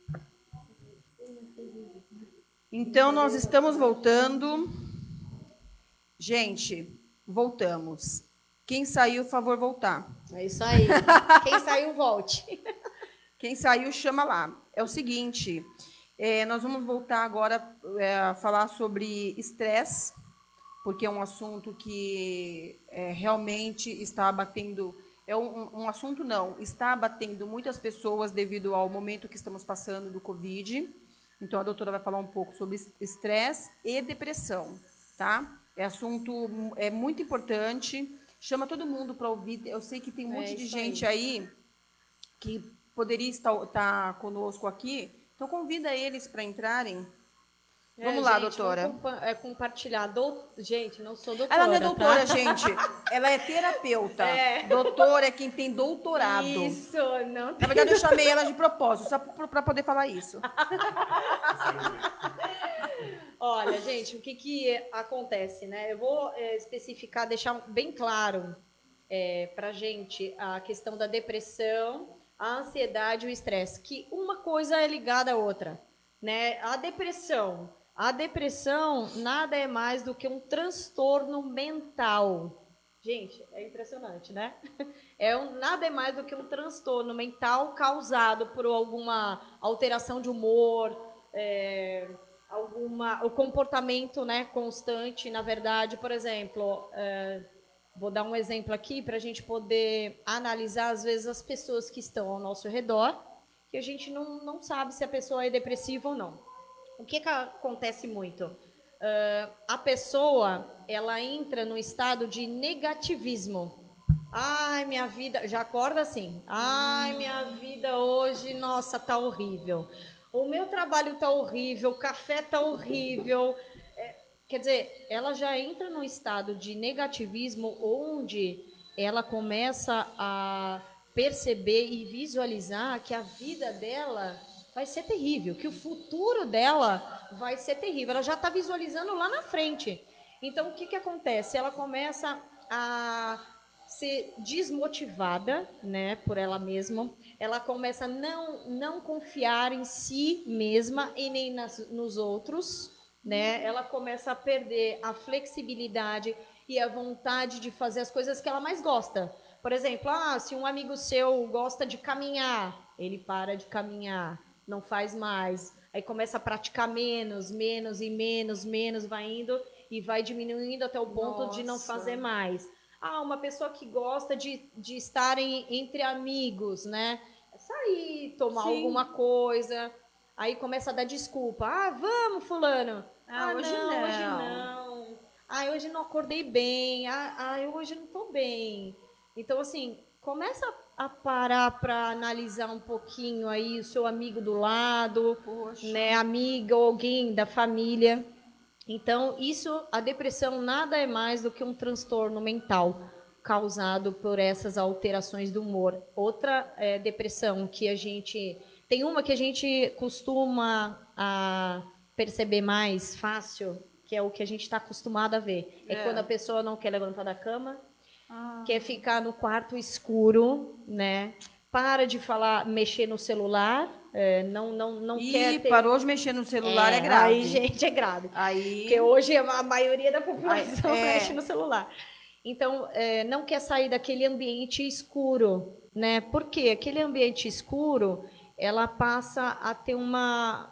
Então, nós estamos voltando. Gente, voltamos. Quem saiu, por favor, voltar. É isso aí. Quem saiu, volte. Quem saiu, chama lá. É o seguinte, é, nós vamos voltar agora é, a falar sobre estresse, porque é um assunto que é, realmente está abatendo... É um, um assunto, não, está abatendo muitas pessoas devido ao momento que estamos passando do Covid. Então, a doutora vai falar um pouco sobre estresse e depressão, tá? É assunto é muito importante. Chama todo mundo para ouvir. Eu sei que tem um monte É de isso gente aí. aí que poderia estar, estar conosco aqui. Então, convida eles para entrarem. É, Vamos lá, gente, vamos doutora. compa- é, compartilhar. Dou... Gente, não sou doutora, Ela não é doutora, tá? gente. Ela é terapeuta. É. Doutora é quem tem doutorado. Isso, não Na tem... verdade, eu chamei ela de propósito, só para poder falar isso. Olha, gente, o que, que acontece, né? Eu vou é, especificar, deixar bem claro é, para gente a questão da depressão, a ansiedade e o estresse, que uma coisa é ligada à outra, né? A depressão, a depressão nada é mais do que um transtorno mental. Gente, é impressionante, né? É um, nada é mais do que um transtorno mental causado por alguma alteração de humor, é, alguma o comportamento, né, constante, na verdade, por exemplo, é, vou dar um exemplo aqui para a gente poder analisar às vezes as pessoas que estão ao nosso redor, que a gente não, não sabe se a pessoa é depressiva ou não. O que, que acontece muito? Uh, a pessoa ela entra no estado de negativismo. Ai, minha vida, já acorda assim. Ai, minha vida hoje, nossa, tá horrível. O meu trabalho tá horrível, o café tá horrível. É, quer dizer, ela já entra num estado de negativismo onde ela começa a perceber e visualizar que a vida dela vai ser terrível, que o futuro dela vai ser terrível. Ela já está visualizando lá na frente. Então, o que, que acontece? Ela começa a ser desmotivada, né, por ela mesma. Ela começa a não, não confiar em si mesma e nem nas, nos outros, né? Ela começa a perder a flexibilidade e a vontade de fazer as coisas que ela mais gosta. Por exemplo, ah, se um amigo seu gosta de caminhar, ele para de caminhar, não faz mais. Aí começa a praticar menos, menos e menos, menos, vai indo e vai diminuindo até o ponto Nossa. de não fazer mais. Ah, uma pessoa que gosta de, de estar em, entre amigos, né? Sair, tomar Sim. alguma coisa. Aí começa a dar desculpa. Ah, vamos, fulano. Ah, ah hoje não, não. hoje não. Ah, hoje não acordei bem. Ah, ah hoje não tô bem. Então, assim, começa a parar para analisar um pouquinho aí o seu amigo do lado, Poxa. né? Amiga ou alguém da família. Então, isso, a depressão nada é mais do que um transtorno mental causado por essas alterações do humor. Outra é, depressão que a gente... Tem uma que a gente costuma a perceber mais fácil, que é o que a gente está acostumado a ver. É. é quando a pessoa não quer levantar da cama, ah. quer ficar no quarto escuro, né? Para de falar, mexer no celular, é, não, não, não e quer ter... parou de mexer no celular, é, é grave. Aí, gente, é grave. Aí... Porque hoje a maioria da população aí, é... mexe no celular. Então, é, não quer sair daquele ambiente escuro, né? Porque aquele ambiente escuro, ela passa a ter uma,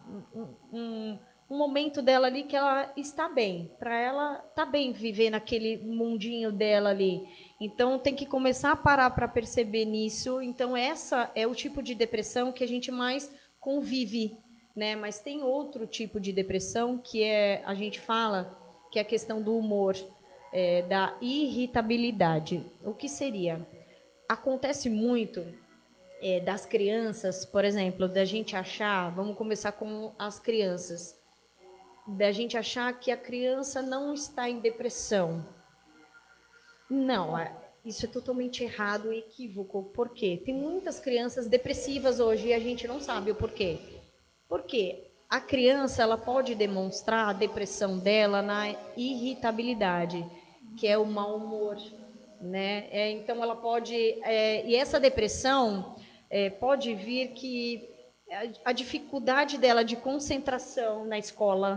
um, um momento dela ali que ela está bem. Para ela, tá bem viver naquele mundinho dela ali. Então, tem que começar a parar para perceber nisso. Então, essa é o tipo de depressão que a gente mais convive, né? Mas tem outro tipo de depressão que é, a gente fala, que é a questão do humor, é, da irritabilidade. O que seria? Acontece muito é, das crianças, por exemplo, da gente achar, vamos começar com as crianças, da gente achar que a criança não está em depressão. Não, isso é totalmente errado e equívoco. Por quê? Tem muitas crianças depressivas hoje e a gente não sabe o porquê. Por quê? A criança ela pode demonstrar a depressão dela na irritabilidade, que é o mau humor, né? É, então ela pode, é, e essa depressão é, pode vir que a, a dificuldade dela de concentração na escola,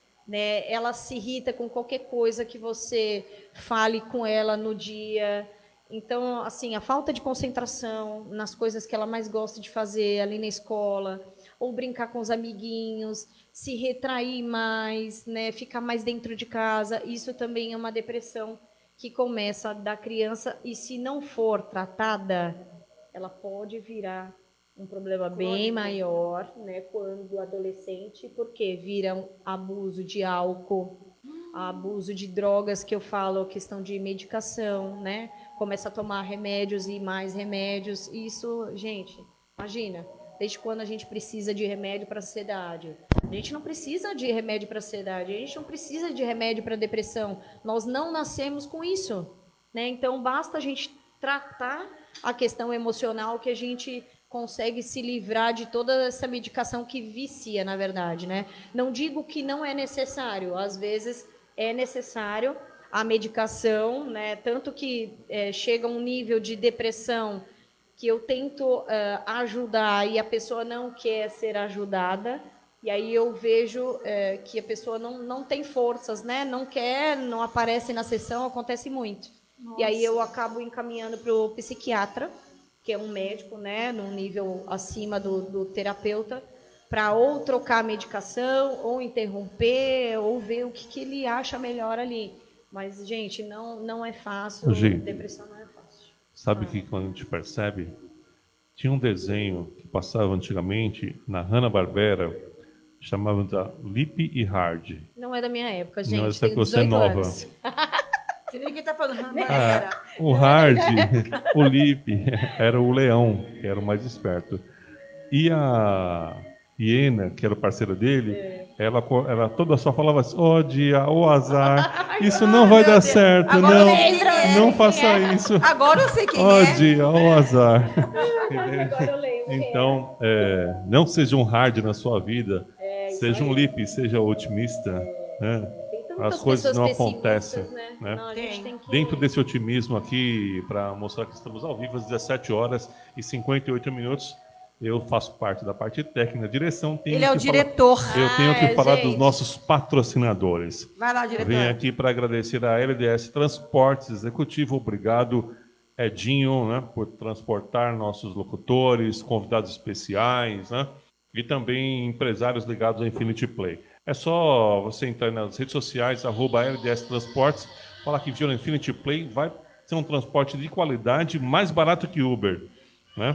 né? Ela se irrita com qualquer coisa que você fale com ela no dia. Então, assim, a falta de concentração nas coisas que ela mais gosta de fazer ali na escola, ou brincar com os amiguinhos, se retrair mais, né? Ficar mais dentro de casa, isso também é uma depressão que começa da criança e se não for tratada, ela pode virar um problema bem maior, né, quando adolescente, porque vira um abuso de álcool, abuso de drogas, que eu falo, questão de medicação, né, começa a tomar remédios e mais remédios, isso, gente, imagina, desde quando a gente precisa de remédio para ansiedade? A gente não precisa de remédio para ansiedade, a gente não precisa de remédio para depressão, nós não nascemos com isso, né, então basta a gente tratar a questão emocional que a gente consegue se livrar de toda essa medicação que vicia, na verdade, né? Não digo que não é necessário, às vezes é necessário a medicação, né? Tanto que é, chega um nível de depressão que eu tento uh, ajudar e a pessoa não quer ser ajudada, e aí eu vejo uh, que a pessoa não, não tem forças, né? Não quer, não aparece na sessão, acontece muito. Nossa. E aí eu acabo encaminhando para o psiquiatra, que é um médico, né, num nível acima do, do terapeuta, para ou trocar a medicação, ou interromper, ou ver o que, que ele acha melhor ali. Mas, gente, não, não é fácil, Gi, depressão não é fácil. sabe que quando a gente percebe? Tinha um desenho que passava antigamente na Hanna-Barbera, chamava de Lip e Hard. Não é da minha época, gente, não, essa tenho você é dezoito nova. anos. Você vê que tá falando Ah, o Hard, o Lip, era o leão, que era o mais esperto. E a hiena, que era o parceiro dele, é. ela, ela toda só falava assim, ó oh, dia, ô oh, azar, isso não vai dar Deus. certo, Agora não, é, não faça é. isso. Agora eu sei quem ó oh, é. dia, ó oh, azar. Agora eu lembro. Então, é, não seja um hard na sua vida, é, seja um Lip, seja otimista, né? As coisas não acontecem, né? né? Não, a gente tem que... Dentro desse otimismo aqui, para mostrar que estamos ao vivo às dezessete horas e cinquenta e oito minutos, eu faço parte da parte técnica, direção. Tenho Ele é o que diretor. Falar, eu tenho que ah, falar gente. dos nossos patrocinadores. Vai lá, diretor. Venho aqui para agradecer a L D S Transportes Executivo. Obrigado, Edinho, né, por transportar nossos locutores, convidados especiais, né, e também empresários ligados ao Infinity Play. É só você entrar nas redes sociais, arroba L D S Transportes, falar que viu no Infinity Play, vai ser um transporte de qualidade, mais barato que Uber, né?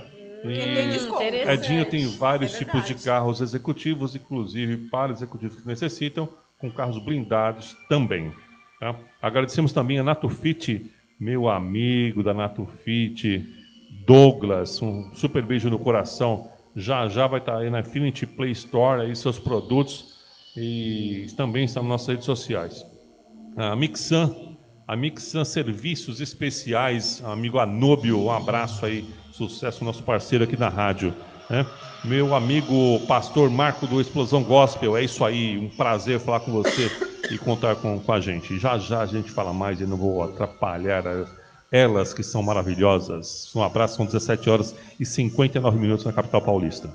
E Edinho tem vários é tipos de carros executivos, inclusive para executivos que necessitam, com carros blindados também. Tá? Agradecemos também a Natufit, meu amigo da Natufit, Douglas, um super beijo no coração. Já já vai estar aí na Infinity Play Store, aí seus produtos, e também estão nas nossas redes sociais. A Mixan, a Mixan Serviços Especiais, amigo Anúbio, um abraço aí, sucesso nosso parceiro aqui na rádio. Né? Meu amigo pastor Marco do Explosão Gospel, é isso aí, um prazer falar com você e contar com, com a gente. Já já a gente fala mais e não vou atrapalhar elas que são maravilhosas. Um abraço, são dezessete horas e cinquenta e nove minutos na capital paulista.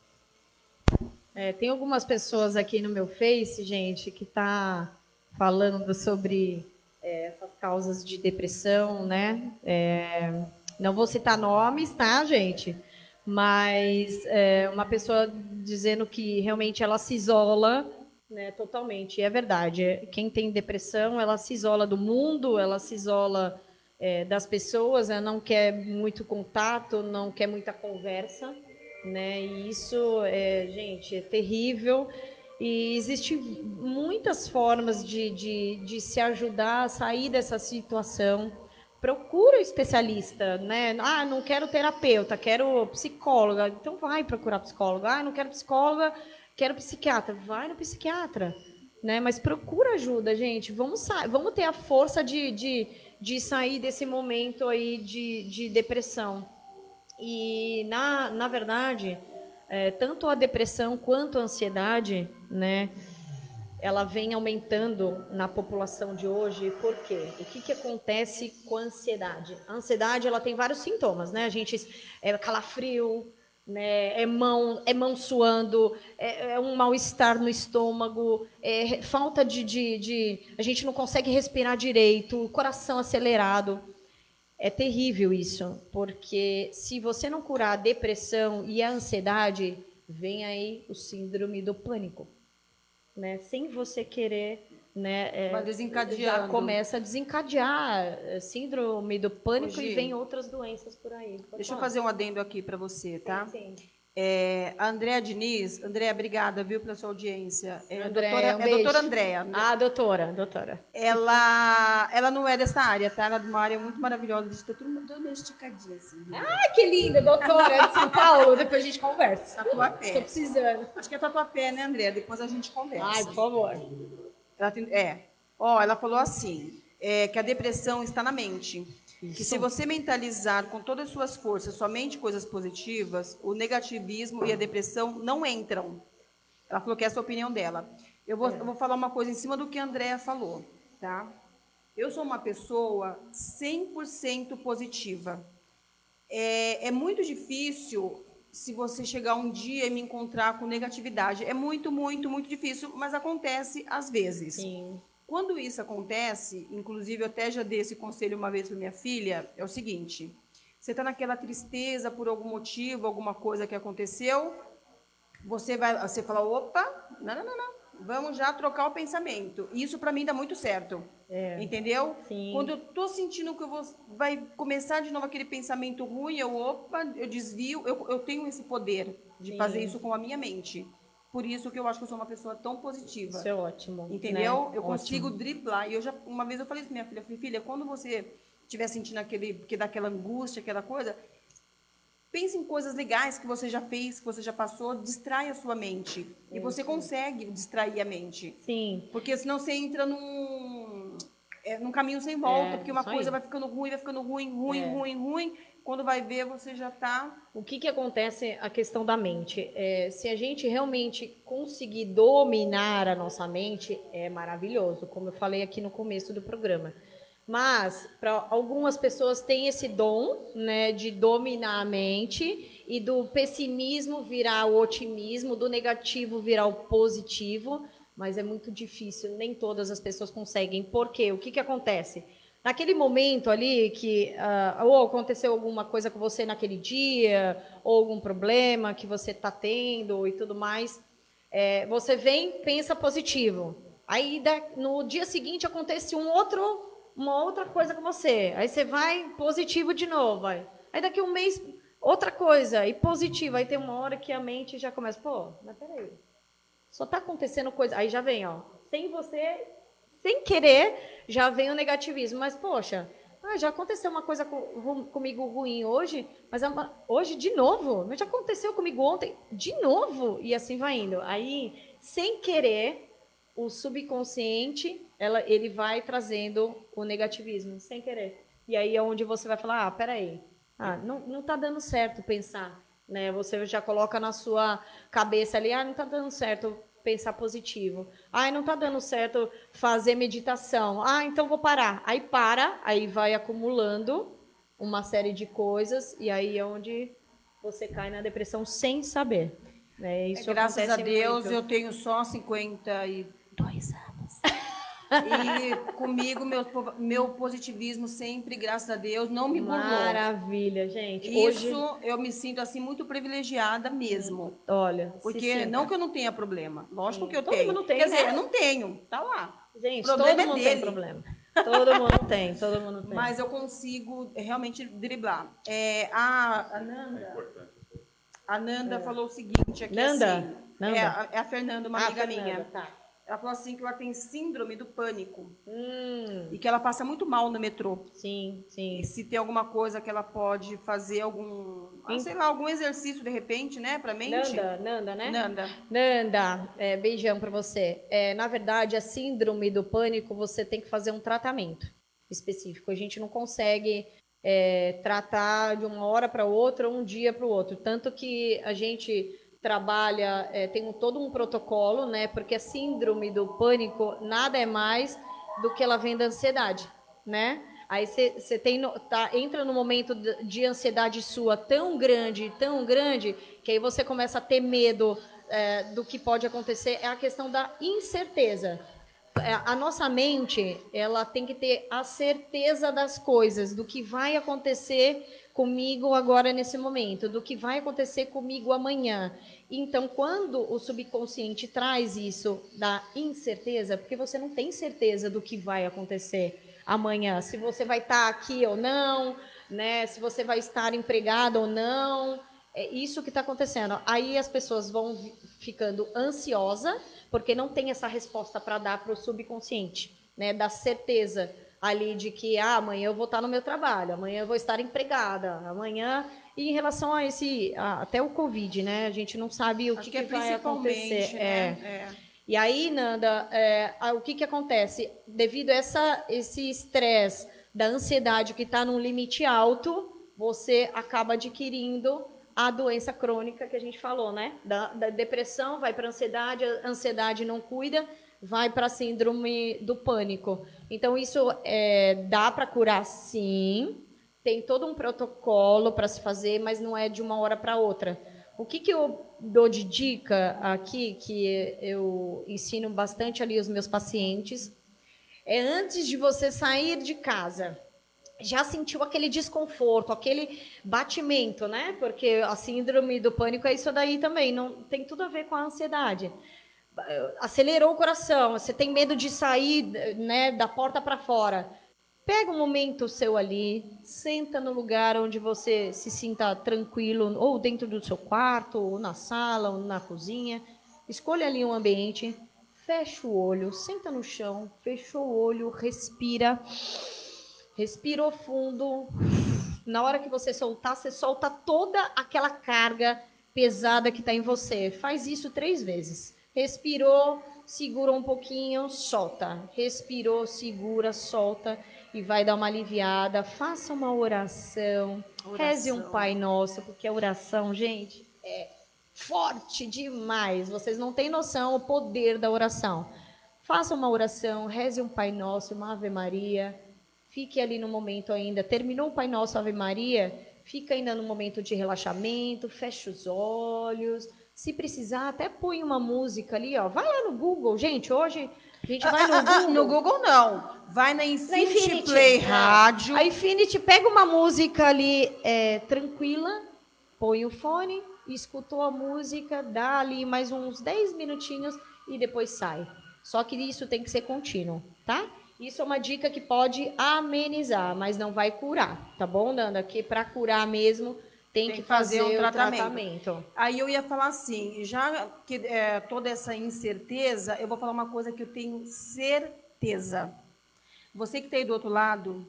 É, tem algumas pessoas aqui no meu Face, gente, que tá falando sobre é, essas causas de depressão, né? É, não vou citar nomes, tá, gente? Mas é, uma pessoa dizendo que realmente ela se isola, né, totalmente. E é verdade. Quem tem depressão, ela se isola do mundo, ela se isola é, das pessoas, né, não quer muito contato, não quer muita conversa, né? E isso, é, gente, é terrível. E existem muitas formas de, de, de se ajudar a sair dessa situação. Procura especialista, né? Ah, não quero terapeuta, quero psicóloga. Então vai procurar psicóloga. Ah, não quero psicóloga, quero psiquiatra. Vai no psiquiatra, né? Mas procura ajuda, gente. Vamos, vamos ter a força de, de, de sair desse momento aí de, de depressão. E, na, na verdade, é, tanto a depressão quanto a ansiedade, né, ela vem aumentando na população de hoje. Por quê? O que, que acontece com a ansiedade? A ansiedade, ela tem vários sintomas, né? A gente é calafrio, né? É mão, é mão suando, é, é um mal-estar no estômago, é falta de, de, de... A gente não consegue respirar direito, coração acelerado. É terrível isso, porque se você não curar a depressão e a ansiedade, vem aí o síndrome do pânico. Né, sem você querer, né, Vai é, desencadeando. já começa a desencadear é, síndrome do pânico. Hoje, e vem outras doenças por aí. Pode deixa falar. eu fazer um adendo aqui para você, tá? Sim, sim. É, a Andréa Diniz, Andréa, obrigada, viu, pela sua audiência. É, Andréia, doutora, um é doutora beijo. Andréa. Ah, doutora, doutora. Ela, ela não é dessa área, tá? Ela é de uma área muito maravilhosa, de tudo domesticadinha, assim. Ah, que linda, doutora de São Paulo. Depois a gente conversa. Tatuapé. Estou precisando. Acho que é Tatuapé, né, Andréa? Depois a gente conversa. Ai, por favor. Ela tem, é. Ó, ela falou assim, é, que a depressão está na mente. Isso. Que se você mentalizar com todas as suas forças somente coisas positivas, o negativismo e a depressão não entram. Ela falou que essa é a opinião dela. Eu vou, É. eu vou falar uma coisa em cima do que a Andréa falou, tá? Eu sou uma pessoa cem por cento positiva. É, é muito difícil se você chegar um dia e me encontrar com negatividade. É muito, muito, muito difícil, mas acontece às vezes. Sim. Quando isso acontece, inclusive eu até já dei esse conselho uma vez para minha filha, é o seguinte: você está naquela tristeza por algum motivo, alguma coisa que aconteceu, você vai, você fala, opa, não, não, não, não, vamos já trocar o pensamento. Isso para mim dá muito certo, É. entendeu? Sim. Quando eu tô sentindo que eu vou, vai começar de novo aquele pensamento ruim, eu, opa, eu desvio, eu, eu tenho esse poder de Sim. fazer isso com a minha mente. Por isso que eu acho que eu sou uma pessoa tão positiva. Isso é ótimo. Entendeu? Né? Eu Ótimo. consigo driblar. E eu já, uma vez eu falei para minha filha, falei, filha, quando você estiver sentindo aquele, que dá aquela angústia, aquela coisa, pense em coisas legais que você já fez, que você já passou, distrai a sua mente. E Isso. você consegue distrair a mente. Sim. Porque senão você entra num, é, num caminho sem volta, É, porque uma isso coisa aí. vai ficando ruim, vai ficando ruim, ruim, É. ruim, ruim. Quando vai ver, você já está... O que, que acontece a questão da mente? É, se a gente realmente conseguir dominar a nossa mente, é maravilhoso, como eu falei aqui no começo do programa. Mas, para algumas pessoas tem esse dom, né, de dominar a mente e do pessimismo virar o otimismo, do negativo virar o positivo, mas é muito difícil, nem todas as pessoas conseguem. Por quê? O que, que acontece? Naquele momento ali que uh, ou aconteceu alguma coisa com você naquele dia, ou algum problema que você está tendo e tudo mais, é, você vem, pensa positivo. Aí da, no dia seguinte acontece um outro, uma outra coisa com você. Aí você vai positivo de novo. Vai. Aí daqui um mês, outra coisa, e positivo. Aí tem uma hora que a mente já começa, pô, mas peraí, só está acontecendo coisa. Aí já vem, ó, sem você, sem querer, já vem o negativismo. Mas, poxa, ah, já aconteceu uma coisa com, comigo ruim hoje, mas hoje de novo. Mas já aconteceu comigo ontem, de novo. E assim vai indo. Aí, sem querer, o subconsciente, ela, ele vai trazendo o negativismo, sem querer. E aí é onde você vai falar, ah, peraí, ah, não, não tá dando certo pensar. Né? Você já coloca na sua cabeça ali, ah, não tá dando certo pensar positivo. Ah, não tá dando certo fazer meditação. Ah, então vou parar. Aí para, aí vai acumulando uma série de coisas e aí é onde você cai na depressão sem saber. Né? Isso É, graças a Deus muito. eu tenho só cinquenta e dois anos. E comigo, meu, meu positivismo sempre, graças a Deus, não me burlou. Maravilha, gente. Isso Hoje... eu me sinto assim muito privilegiada mesmo. Olha, porque não que eu não tenha problema, lógico Sim. que eu todo tenho. Mundo tem, Quer né? dizer, eu não tenho, tá lá. Gente, o problema todo é mundo dele. tem problema. Todo mundo tem, todo mundo tem. Mas eu consigo realmente driblar. É, a, a Nanda, É a Nanda É. falou o seguinte aqui Nanda? assim. Nanda? É, a, é a Fernanda, uma ah, amiga Fernanda, minha. Tá. Ela falou assim que ela tem síndrome do pânico. Hum. E que ela passa muito mal no metrô. Sim, sim. E se tem alguma coisa que ela pode fazer, algum, ah, sei lá, algum exercício de repente, né, pra mente. Nanda, Nanda, né? Nanda. Nanda, é, beijão pra você. É, na verdade, a síndrome do pânico, você tem que fazer um tratamento específico. A gente não consegue é, tratar de uma hora para outra, um dia para o outro. Tanto que a gente trabalha, é, tem um, todo um protocolo, né? Porque a síndrome do pânico nada é mais do que ela vem da ansiedade, né? Aí você tem tá, entra no momento de ansiedade sua tão grande, tão grande, que aí você começa a ter medo é, do que pode acontecer. É a questão da incerteza. A nossa mente, ela tem que ter a certeza das coisas, do que vai acontecer comigo agora nesse momento, do que vai acontecer comigo amanhã. Então, quando o subconsciente traz isso da incerteza, porque você não tem certeza do que vai acontecer amanhã, se você vai estar aqui ou não, né? Se você vai estar empregado ou não, é isso que está acontecendo. Aí as pessoas vão ficando ansiosas, porque não tem essa resposta para dar para o subconsciente, né? Da certeza ali de que ah, amanhã eu vou estar no meu trabalho, amanhã eu vou estar empregada, amanhã... E em relação a esse, a, até o Covid, né? A gente não sabe o que, que, é que vai acontecer. Né? É. É. E aí, Nanda, é, o que, que acontece? Devido a essa, esse estresse da ansiedade que está num limite alto, você acaba adquirindo a doença crônica que a gente falou, né? Da, da depressão vai para a ansiedade, a ansiedade não cuida, vai para a síndrome do pânico. Então, isso é, dá para curar, sim. Tem todo um protocolo para se fazer, mas não é de uma hora para outra. O que, que eu dou de dica aqui, que eu ensino bastante ali os meus pacientes, é antes de você sair de casa, já sentiu aquele desconforto, aquele batimento, né? Porque a síndrome do pânico é isso daí também, não tem tudo a ver com a ansiedade. Acelerou o coração, você tem medo de sair, né, da porta para fora. Pega um momento seu ali, senta no lugar onde você se sinta tranquilo, ou dentro do seu quarto, ou na sala, ou na cozinha. Escolha ali um ambiente, fecha o olho, senta no chão, fechou o olho, respira. Respirou fundo. Na hora que você soltar, você solta toda aquela carga pesada que está em você. Faz isso três vezes. Respirou, segura um pouquinho, solta. Respirou, segura, solta. E vai dar uma aliviada. Faça uma oração. oração. Reze um Pai Nosso, porque a oração, gente, é forte demais. Vocês não têm noção o poder da oração. Faça uma oração, reze um Pai Nosso, uma Ave Maria. Fique ali no momento ainda. Terminou o Pai Nosso, Ave Maria, fica ainda no momento de relaxamento, fecha os olhos. Se precisar, até põe uma música ali, ó. Vai lá no Google, gente. Hoje a gente vai no ah, Google. Ah, no Google não. Vai na Infinity, na Infinity Play é. Rádio. A Infinity pega uma música ali é, tranquila, põe o fone, escutou a música, dá ali mais uns dez minutinhos e depois sai. Só que isso tem que ser contínuo, tá? Isso é uma dica que pode amenizar, mas não vai curar, tá bom, Nanda? Que para curar mesmo tem, tem que fazer, fazer um tratamento. tratamento. Aí eu ia falar assim, já que é, toda essa incerteza, eu vou falar uma coisa que eu tenho certeza. Você que está aí do outro lado,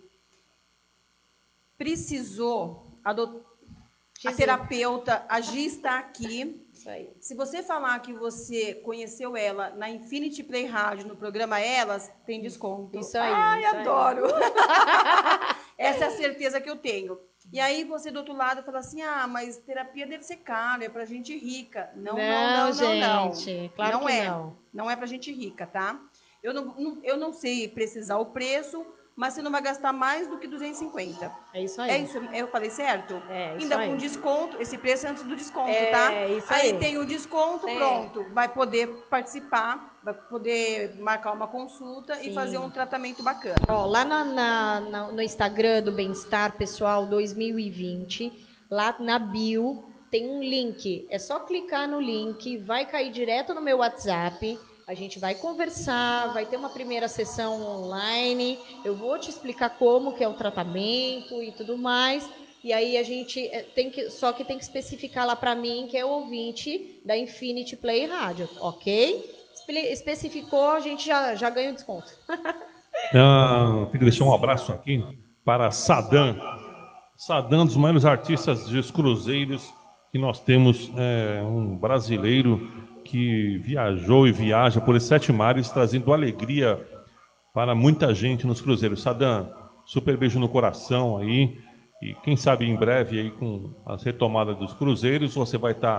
precisou, a, do, a terapeuta, a Gi está aqui. Isso aí. Se você falar que você conheceu ela na Infinity Play Rádio, no programa Elas, tem desconto. Isso aí. Ai, isso adoro. Aí. Essa é a certeza que eu tenho. E aí você do outro lado fala assim, ah, mas terapia deve ser cara, é pra gente rica. Não, não, não, não, gente, não. Claro não que é. não. Não é pra gente rica, tá? Eu não, não, eu não sei precisar o preço, mas você não vai gastar mais do que duzentos e cinquenta. É isso aí. É isso, eu falei certo? É isso Ainda aí. com desconto, esse preço é antes do desconto, é, tá? É isso aí. Aí tem o desconto, Sim. pronto. Vai poder participar, vai poder marcar uma consulta Sim. e fazer um tratamento bacana. Ó, lá na, na, na, no Instagram do Bem-Estar Pessoal dois mil e vinte, lá na bio, tem um link. É só clicar no link, vai cair direto no meu WhatsApp. A gente vai conversar, vai ter uma primeira sessão online. Eu vou te explicar como que é o tratamento e tudo mais. E aí a gente tem que, só que tem que especificar lá para mim, que é o ouvinte da Infinity Play Rádio, ok? Espe- especificou, a gente já, já ganha o desconto. Ah, queria deixar um abraço aqui para Sadam. Sadam, dos maiores artistas dos cruzeiros que nós temos, é um brasileiro que viajou e viaja por esses sete mares, trazendo alegria para muita gente nos cruzeiros. Sadam, super beijo no coração aí. E quem sabe em breve, aí, com a retomada dos cruzeiros, você vai estar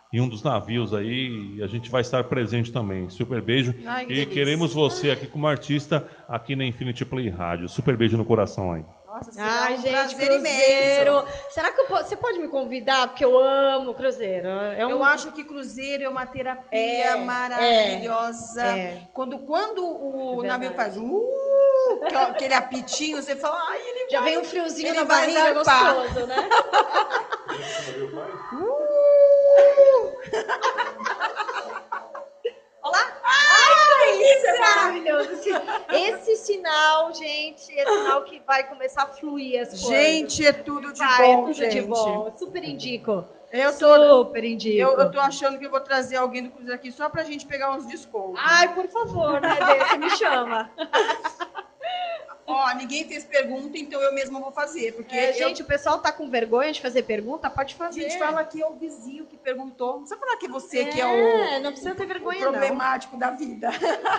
em um dos navios aí, e a gente vai estar presente também. Super beijo. Ai, que E delícia. queremos você aqui como artista, aqui na Infinity Play Rádio. Super beijo no coração aí. Nossa, será Ai, um gente, prazer cruzeiro. imenso. Será que eu po- você pode me convidar? Porque eu amo cruzeiro. É um... Eu acho que cruzeiro é uma terapia É, maravilhosa. é, é. Quando, quando o É navio verdade. faz uh, que- aquele apitinho, você fala, ai, ele Já vai, vem um friozinho ele na vai barriga zarpar. gostoso, né? Olá! Ai, isso é maravilhoso. Esse, esse sinal, gente, é sinal que vai começar a fluir as coisas. Gente, é tudo de Vai, é bom, tudo gente. de bom. Super indico. Eu tô, Super indico. eu, eu tô achando que eu vou trazer alguém do cruzeiro aqui só pra gente pegar uns descontos. Ai, por favor, né, Dê? Você me chama. Ó, ninguém fez pergunta, então eu mesma vou fazer, porque É, eu- gente, o pessoal tá com vergonha de fazer pergunta? Pode a fazer. gente fala que é o vizinho que perguntou. Não precisa falar que é você que é É, o, não precisa ter o vergonha, problemático da vida.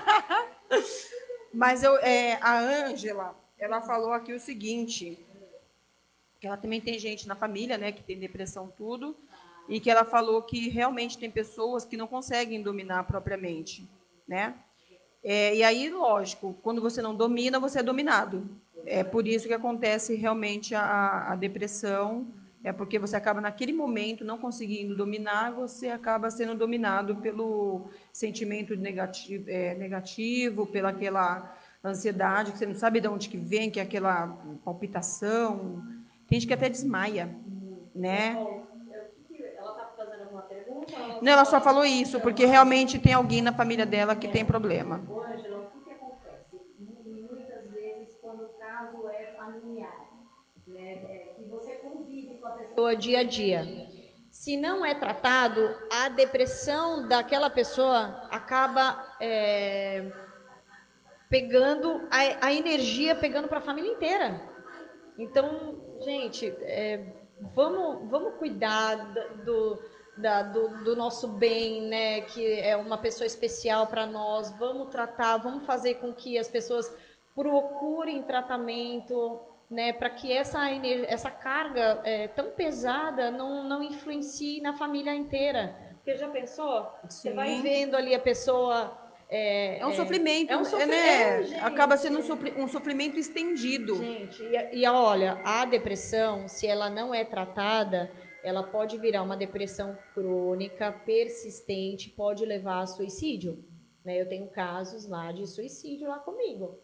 Mas eu, é, a Ângela, ela falou aqui o seguinte, que ela também tem gente na família, né, que tem depressão tudo, e que ela falou que realmente tem pessoas que não conseguem dominar propriamente, né? É, e aí, lógico, quando você não domina, você é dominado. É por isso que acontece realmente a, a depressão, é porque você acaba naquele momento não conseguindo dominar, você acaba sendo dominado pelo sentimento negativo, é, negativo pela aquela ansiedade, que você não sabe de onde que vem, que é aquela palpitação. Tem gente que até desmaia, né? Ela tá fazendo alguma pergunta? Não, ela só falou isso, porque realmente tem alguém na família dela que tem problema. Ângela, o que, que acontece? Muitas vezes, quando o caso é familiar, né, é, que você convive com a pessoa Dia a dia. Se não é tratado, a depressão daquela pessoa acaba é, pegando a, a energia, pegando para a família inteira. Então, gente, é, vamos, vamos cuidar do, da, do, do nosso bem, né? Que é uma pessoa especial para nós. Vamos tratar, vamos fazer com que as pessoas procurem tratamento, né? Para que essa, essa carga é, tão pesada não, não influencie na família inteira. Porque já pensou? Você vai Sim. vendo ali a pessoa. É, É um sofrimento, é um sofri- né? é, gente. Acaba sendo um, sofri- um sofrimento estendido. Gente, e, e olha, a depressão, se ela não é tratada, ela pode virar uma depressão crônica, persistente, pode levar a suicídio. Né? Eu tenho casos lá de suicídio lá comigo.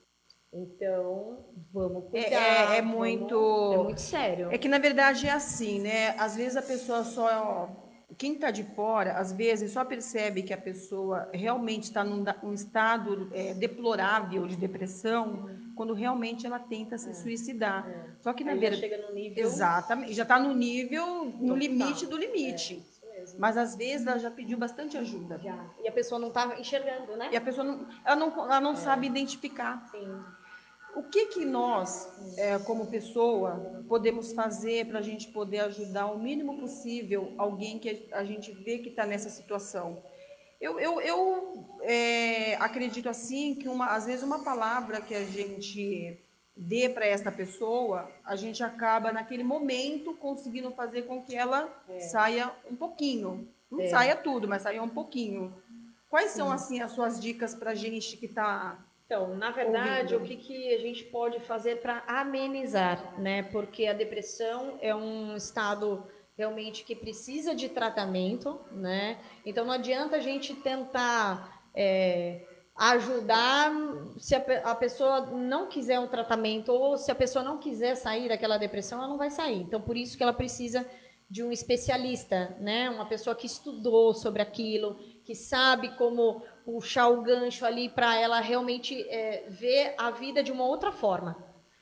Então, vamos É, cuidar. é- é vamos- muito- É muito sério. É que na verdade é assim, né? Às vezes a pessoa só. Quem está de fora, às vezes, só percebe que a pessoa realmente está num da- um estado é, deplorável de depressão quando realmente ela tenta se suicidar. Só que na Aí já verdade. chega no nível. Exatamente. Já está no nível, no Total. limite do limite. Isso mesmo. Mas às vezes ela já pediu bastante ajuda. Já. E a pessoa não está enxergando, né? E a pessoa não, ela não, ela não sabe identificar. Sim. O que, que nós, é, como pessoa, podemos fazer para a gente poder ajudar o mínimo possível alguém que a gente vê que está nessa situação? Eu, eu, eu é, acredito assim que uma, às vezes uma palavra que a gente dê para essa pessoa, a gente acaba naquele momento conseguindo fazer com que ela saia um pouquinho. Não É. saia tudo, mas saia um pouquinho. Quais são assim as suas dicas para a gente que está Então, na verdade, ouvindo? o que, que a gente pode fazer para amenizar, né? Porque a depressão é um estado realmente que precisa de tratamento, né? Então, não adianta a gente tentar é, ajudar se a, pe- a pessoa não quiser um tratamento ou se a pessoa não quiser sair daquela depressão, ela não vai sair. Então, por isso que ela precisa de um especialista, né? Uma pessoa que estudou sobre aquilo, que sabe como puxar o gancho ali para ela realmente é, ver a vida de uma outra forma.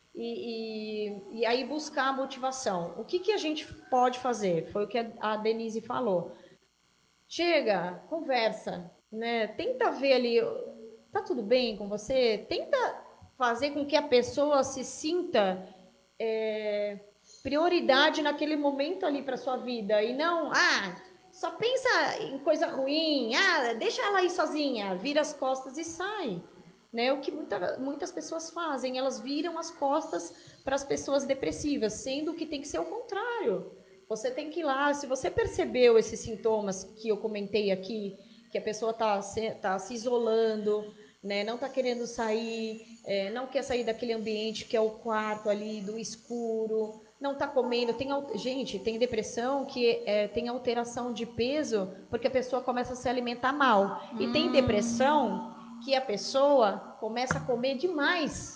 E, e, e aí buscar a motivação. O que, que a gente pode fazer? Foi o que a Denise falou. Chega, conversa, né? Tenta ver ali, tá tudo bem com você? Tenta fazer com que a pessoa se sinta é, prioridade naquele momento ali para sua vida e não, ah, só pensa em coisa ruim, ah, deixa ela aí sozinha, vira as costas e sai. Né? O que muita, muitas pessoas fazem, elas viram as costas para as pessoas depressivas, sendo que tem que ser o contrário. Você tem que ir lá, se você percebeu esses sintomas que eu comentei aqui, que a pessoa está se, tá se isolando, né, não está querendo sair, é, não quer sair daquele ambiente que é o quarto ali, do escuro, não está comendo. Tem, gente, tem depressão que é, tem alteração de peso porque a pessoa começa a se alimentar mal. E hum. tem depressão que a pessoa começa a comer demais.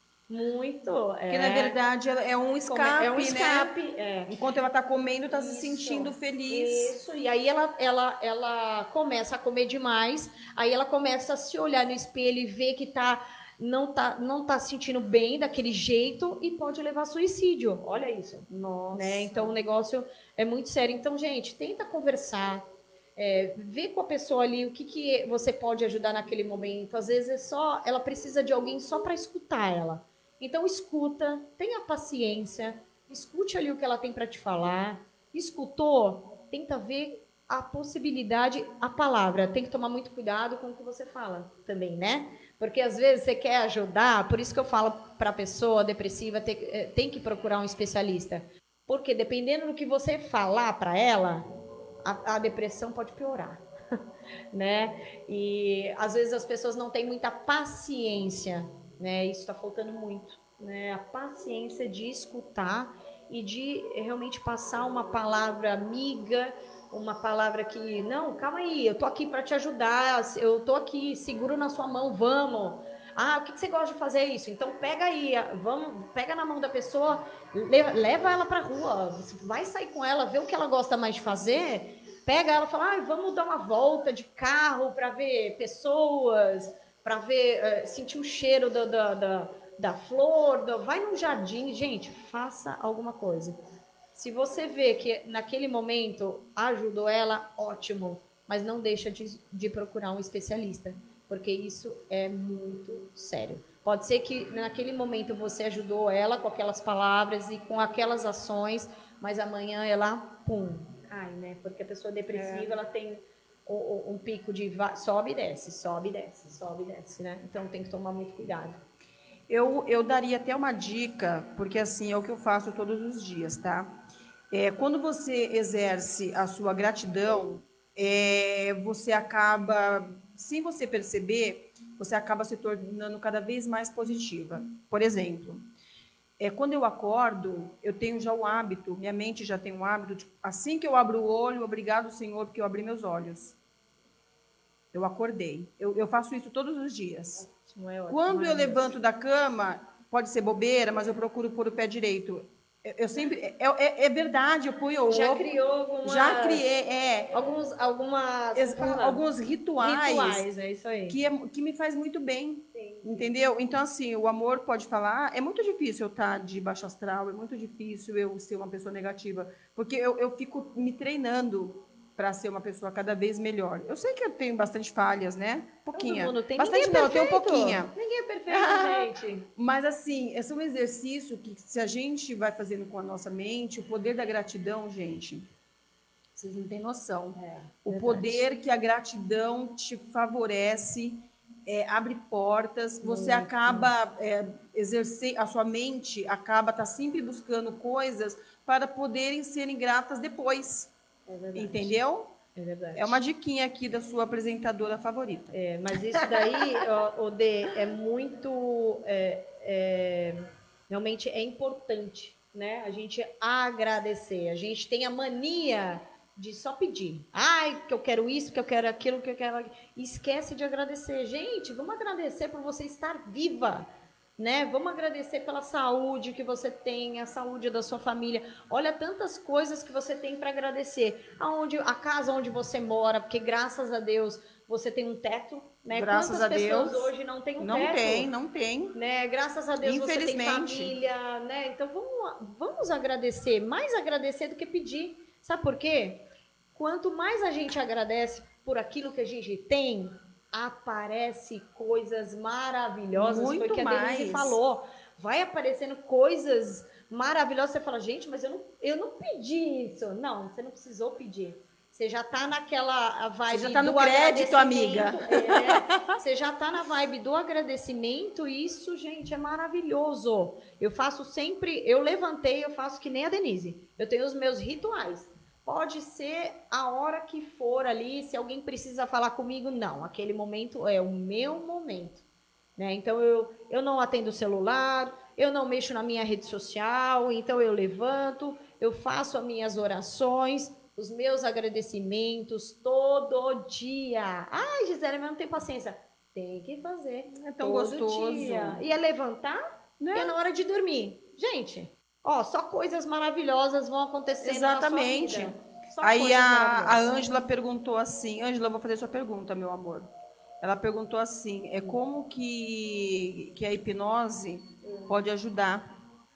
Muito. É. Que na verdade é um escape, é um escape, né? É. Enquanto ela está comendo, está se Isso, sentindo feliz. Isso, e aí ela, ela, ela começa a comer demais, aí ela começa a se olhar no espelho e ver que tá, não tá, não tá se sentindo bem daquele jeito e pode levar a suicídio. Olha isso. Nossa. Né? Então o negócio é muito sério. Então, gente, tenta conversar. É, ver com a pessoa ali o que, que você pode ajudar naquele momento. Às vezes é só, ela precisa de alguém só para escutar ela. Então escuta, tenha paciência, escute ali o que ela tem para te falar. Escutou, tenta ver a possibilidade, a palavra. Tem que tomar muito cuidado com o que você fala também, né? Porque às vezes você quer ajudar, por isso que eu falo para a pessoa depressiva, tem, tem que procurar um especialista. Porque dependendo do que você falar para ela, a, a depressão pode piorar, né? E às vezes as pessoas não têm muita paciência, né? Isso está faltando muito, né? A paciência de escutar e de realmente passar uma palavra amiga, uma palavra que, não, calma aí, eu tô aqui para te ajudar, eu tô aqui, seguro na sua mão, vamos. Ah, o que, que você gosta de fazer isso? Então pega aí, vamos, pega na mão da pessoa, leva ela para a rua, vai sair com ela, vê o que ela gosta mais de fazer, pega ela e fala, ah, vamos dar uma volta de carro para ver pessoas, para ver, uh, sentir o cheiro da, da, da, da flor, do, vai num jardim, gente, faça alguma coisa. Se você vê que naquele momento ajudou ela, ótimo, mas não deixa de, de procurar um especialista, porque isso é muito sério. Pode ser que naquele momento você ajudou ela com aquelas palavras e com aquelas ações, mas amanhã ela, pum, cai, né? Porque a pessoa depressiva, é. ela tem um, um pico de sobe e desce, sobe e desce, sobe e desce, né? Então tem que tomar muito cuidado. Eu, eu daria até uma dica, porque assim é o que eu faço todos os dias, tá? É, quando você exerce a sua gratidão, é, você acaba, sem você perceber, você acaba se tornando cada vez mais positiva. Por exemplo, é, quando eu acordo, eu tenho já o hábito, minha mente já tem um hábito, de, assim que eu abro o olho, obrigado, Senhor, porque eu abri meus olhos. Eu acordei. Eu, eu faço isso todos os dias. É ótimo, quando eu levanto da cama, pode ser bobeira, mas eu procuro pôr o pé direito. Eu, eu sempre, é, é, é verdade, eu ponho o Já ovo, criou algumas... Já criei, é. Alguns, algumas... Es, alguns rituais. Rituais, é isso aí. Que, é, que me faz muito bem, sim, sim. Entendeu? Então, assim, o amor pode falar, é muito difícil eu estar de baixo astral, é muito difícil eu ser uma pessoa negativa, porque eu, eu fico me treinando para ser uma pessoa cada vez melhor. Eu sei que eu tenho bastante falhas, né? Pouquinha. Todo mundo tem. Bastante Ninguém não, é eu tenho um pouquinha. Ninguém é perfeito, gente. Mas, assim, esse é um exercício que, se a gente vai fazendo com a nossa mente, o poder da gratidão, gente, vocês não têm noção. É, o verdade. Poder que a gratidão te favorece, é, abre portas, você muito, acaba é, exercer, a sua mente acaba tá sempre buscando coisas para poderem serem gratas depois. É verdade. Entendeu? É verdade. É uma diquinha aqui da sua apresentadora favorita. É, mas isso daí, o Dê, é muito, é, é, realmente é importante, né? A gente agradecer. A gente tem a mania de só pedir. Ai, que eu quero isso, que eu quero aquilo, que eu quero... Esquece de agradecer. Gente, vamos agradecer por você estar viva, né? Vamos agradecer pela saúde que você tem, a saúde da sua família. Olha tantas coisas que você tem para agradecer. Aonde, a casa onde você mora, porque graças a Deus você tem um teto, né? Graças Quantas a pessoas Deus hoje não têm um não teto? Não tem, não tem. Né? Graças a Deus você tem família, né? Então vamos, vamos agradecer, mais agradecer do que pedir. Sabe por quê? Quanto mais a gente agradece por aquilo que a gente tem, aparece coisas maravilhosas. Muito foi o que a mais. Denise falou. Vai aparecendo coisas maravilhosas. Você fala, gente, mas eu não, eu não pedi isso. Não, você não precisou pedir. Você já tá naquela vibe Você já tá no do crédito, amiga. agradecimento, é, você já tá na vibe do agradecimento, isso, gente, é maravilhoso. Eu faço sempre, eu levantei, eu faço que nem a Denise. Eu tenho os meus rituais. Pode ser a hora que for ali, se alguém precisa falar comigo, não. Aquele momento é o meu momento, né? Então eu, eu não atendo o celular, eu não mexo na minha rede social, então eu levanto, eu faço as minhas orações, os meus agradecimentos todo dia. Ai, Gisele, mas não tem paciência. Tem que fazer. É tão todo gostoso. dia. E é levantar, Né? e é na hora de dormir. Gente, ó, só coisas maravilhosas vão acontecendo Exatamente. na sua vida. Só Aí coisas a, a maravilhosas. Ângela perguntou assim, Ângela, eu vou fazer sua pergunta, meu amor. Ela perguntou assim, é como que, que a hipnose pode ajudar,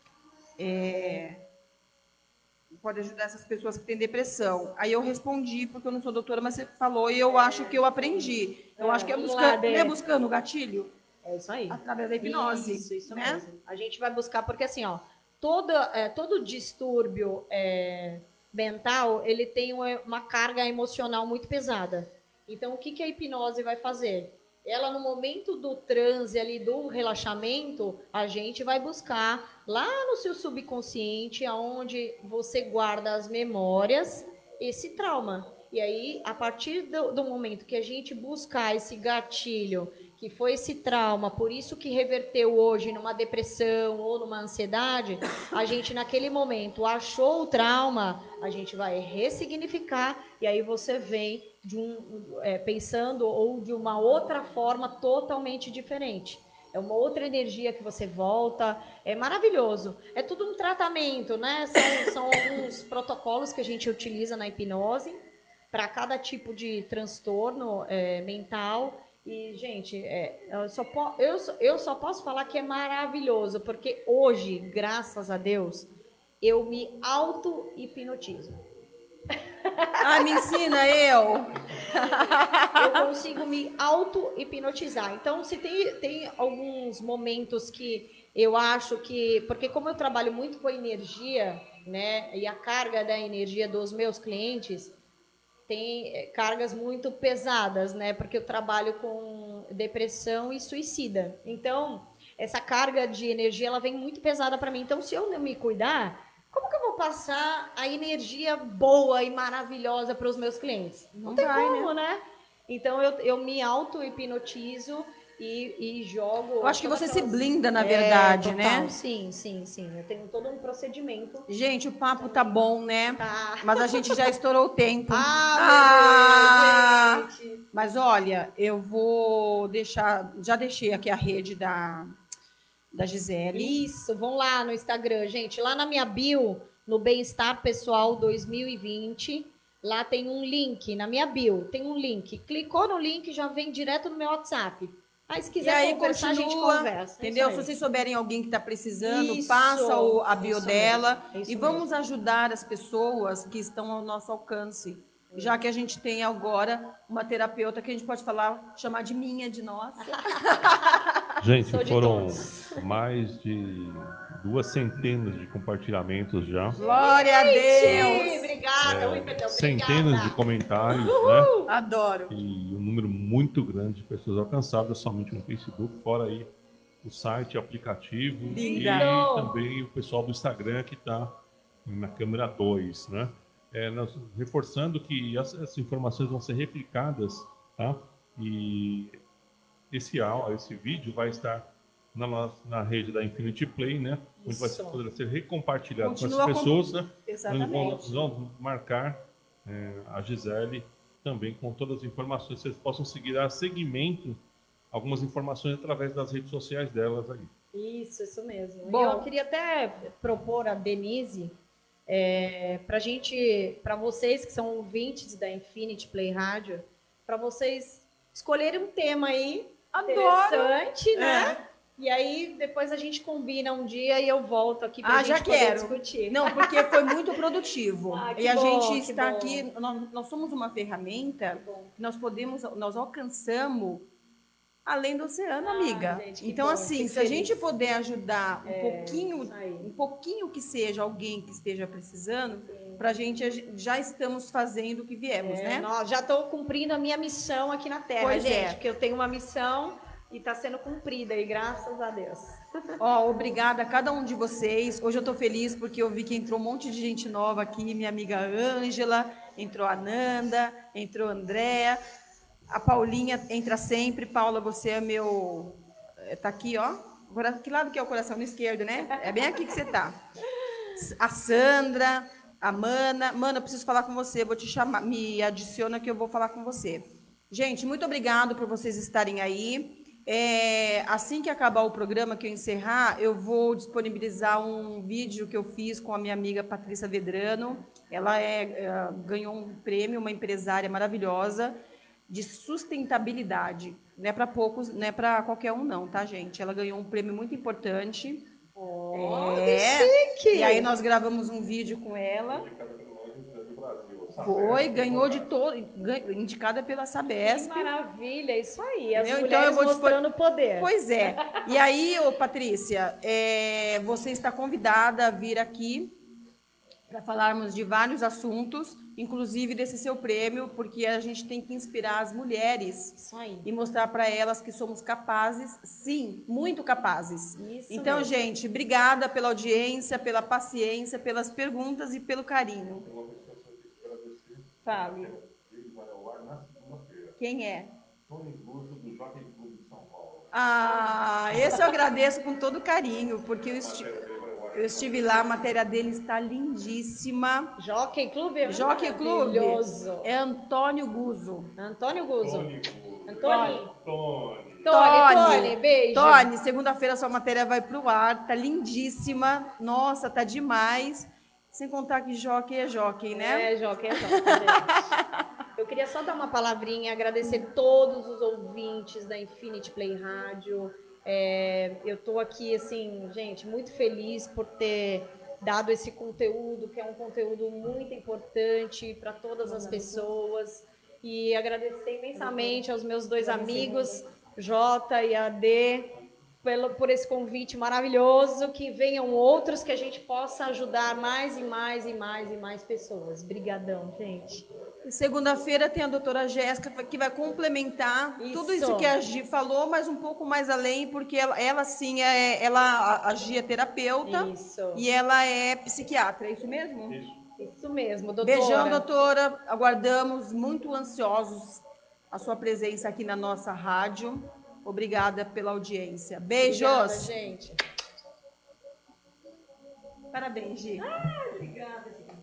é, pode ajudar essas pessoas que têm depressão. Aí eu respondi, porque eu não sou doutora, mas você falou e eu acho que eu aprendi. Eu É, acho que é vamos buscando, lá, não é Dê. buscando o gatilho É isso aí. através da hipnose. Isso, isso né? mesmo. A gente vai buscar, porque assim, ó, todo, é, todo distúrbio é, mental, ele tem uma, uma carga emocional muito pesada. Então, o que, que a hipnose vai fazer? Ela, no momento do transe ali, do relaxamento, a gente vai buscar lá no seu subconsciente, aonde você guarda as memórias, esse trauma. E aí, a partir do, do momento que a gente buscar esse gatilho, que foi esse trauma, por isso que reverteu hoje numa depressão ou numa ansiedade, a gente naquele momento achou o trauma, a gente vai ressignificar e aí você vem de um, é, pensando ou de uma outra forma totalmente diferente. É uma outra energia que você volta, é maravilhoso. É tudo um tratamento, né? São, são alguns protocolos que a gente utiliza na hipnose para cada tipo de transtorno é, mental. E, gente, é, eu, só po- eu, só- eu só posso falar que é maravilhoso, porque hoje, graças a Deus, eu me auto-hipnotizo. Ah, me ensina eu. Eu consigo me auto-hipnotizar. Então, se tem, tem alguns momentos que eu acho que... Porque como eu trabalho muito com a energia, né? E a carga da energia dos meus clientes... tem eh, cargas muito pesadas, né? Porque eu trabalho com depressão e suicida. Então, essa carga de energia ela vem muito pesada para mim. Então, se eu não me cuidar, como que eu vou passar a energia boa e maravilhosa para os meus clientes? Não, Não tem vai, como, né? né? Então, eu, eu me auto-hipnotizo e, e jogo. Eu acho que todas você se aquelas- blinda, na É, verdade, total. né? Sim, sim, sim. Eu tenho todo um procedimento. Gente, o papo tá bom, né? Tá. Mas a gente já estourou o tempo. Ah, meu Deus, gente. Mas olha, eu vou deixar, já deixei aqui a rede da, da Gisele. Isso, vão lá no Instagram, gente. Lá na minha bio, no Bem-Estar Pessoal dois mil e vinte, lá tem um link, na minha bio, tem um link. Clicou no link, já vem direto no meu WhatsApp. Aí, se E quiser aí conversar, a gente continua, conversa. É entendeu? isso Se aí. vocês souberem alguém que está precisando, Isso, passa o, a bio isso dela mesmo, é isso e vamos mesmo. ajudar as pessoas que estão ao nosso alcance. Já que a gente tem agora uma terapeuta que a gente pode falar, chamar de minha, de nossa. Gente, Sou de foram todos. mais de duas centenas de compartilhamentos já. Glória a Gente, Deus! obrigada. Oi, perdão, Centenas de obrigada. comentários, né? Adoro. E um número muito grande de pessoas alcançadas somente no Facebook, fora aí o site, o aplicativo Linda. e também o pessoal do Instagram que está na câmera dois, né? É, nós, reforçando que as- essas informações vão ser replicadas, tá? E esse áudio, esse vídeo vai estar na, nossa- na rede da Infinity Play, né? Onde vai ser, Isso. poderá ser recompartilhado Continua com as com- pessoas, né? Onde Exatamente. vão- nós vamos marcar é, a Gisele também com todas as informações, vocês possam seguir, dar seguimento algumas informações através das redes sociais delas aí. Isso, isso mesmo. Bom. E eu queria até propor a Denise é, para gente, para vocês que são ouvintes da Infinity Play Rádio, para vocês escolherem um tema aí Adoro. interessante, né? É. E aí depois a gente combina um dia e eu volto aqui para Ah, a gente já poder quero. discutir. Não, porque foi muito produtivo. Ah, que e a bom, gente que está bom. aqui, nós, nós somos uma ferramenta Que bom. que nós podemos, nós alcançamos além do oceano, Ah, amiga. gente, que então, bom, assim, fico se a gente feliz. puder ajudar um É, pouquinho, isso aí. um pouquinho que seja alguém que esteja precisando, para a gente a gente- já estamos fazendo o que viemos, É, né? nós já estou cumprindo a minha missão aqui na Terra, Pois gente, é. porque eu tenho uma missão e está sendo cumprida, e graças a Deus. Ó, obrigada a cada um de vocês. Hoje eu tô feliz porque eu vi que entrou um monte de gente nova aqui, minha amiga Ângela, entrou a Nanda, entrou a Andréa, a Paulinha entra sempre. Paula, você é meu... é, tá aqui, ó. Agora, que lado que é o coração? No esquerdo, né? É bem aqui que você tá. A Sandra, a Mana. Mana, eu preciso falar com você, vou te chamar, me adiciona que eu vou falar com você. Gente, muito obrigado por vocês estarem aí. É, assim que acabar o programa, que eu encerrar, eu vou disponibilizar um vídeo que eu fiz com a minha amiga Patrícia Vedrano. Ela é, é, ganhou um prêmio, uma empresária maravilhosa de sustentabilidade. Não é para poucos, não é para qualquer um não, tá, gente? Ela ganhou um prêmio muito importante. Oh, É. que chique! E aí nós gravamos um vídeo com ela. Foi, ganhou de todo, indicada pela Que Sabesp. maravilha, isso aí, as Entendeu? mulheres Então eu vou mostrando o dispor... poder. Pois é. E aí, ô Patrícia, é, você está convidada a vir aqui para falarmos de vários assuntos, inclusive desse seu prêmio, porque a gente tem que inspirar as mulheres Isso aí. e mostrar para elas que somos capazes, sim, muito capazes. Isso então, mesmo. gente, obrigada pela audiência, pela paciência, pelas perguntas e pelo carinho. Fale. Quem é? Tony Guzo, do Jockey Clube de São Paulo. Ah, esse eu agradeço com todo carinho, porque eu, esti... eu estive lá, a matéria dele está lindíssima. Jockey Clube é Jockey Clube maravilhoso. é Antônio Guzo. Antônio Guzo. Tony Antônio. Tony. Tony, Tony, beijo. Tony, segunda-feira sua matéria vai pro ar, tá lindíssima. Nossa, tá demais. Sem contar que jockey é jockey, né? É, Jockey é Jockey, gente. Eu queria só dar uma palavrinha, agradecer todos os ouvintes da Infinity Play Rádio. É, eu tô aqui, assim, gente, muito feliz por ter dado esse conteúdo, que é um conteúdo muito importante para todas as pessoas. E agradecer imensamente aos meus dois amigos, Jota e A D, pelo, por esse convite maravilhoso, que venham outros, que a gente possa ajudar mais e mais e mais e mais pessoas. Brigadão, gente. E segunda-feira tem a doutora Jéssica, que vai complementar Isso. tudo isso que a Gi falou, mas um pouco mais além, porque ela, ela sim, é, ela, a Gi é terapeuta. Isso. E ela é psiquiatra, é isso mesmo? Isso. Isso mesmo, doutora. Beijão, doutora. Aguardamos muito ansiosos a sua presença aqui na nossa rádio. Obrigada pela audiência. Beijos. Obrigada, gente. Parabéns, Gi. Ah, obrigada, gente.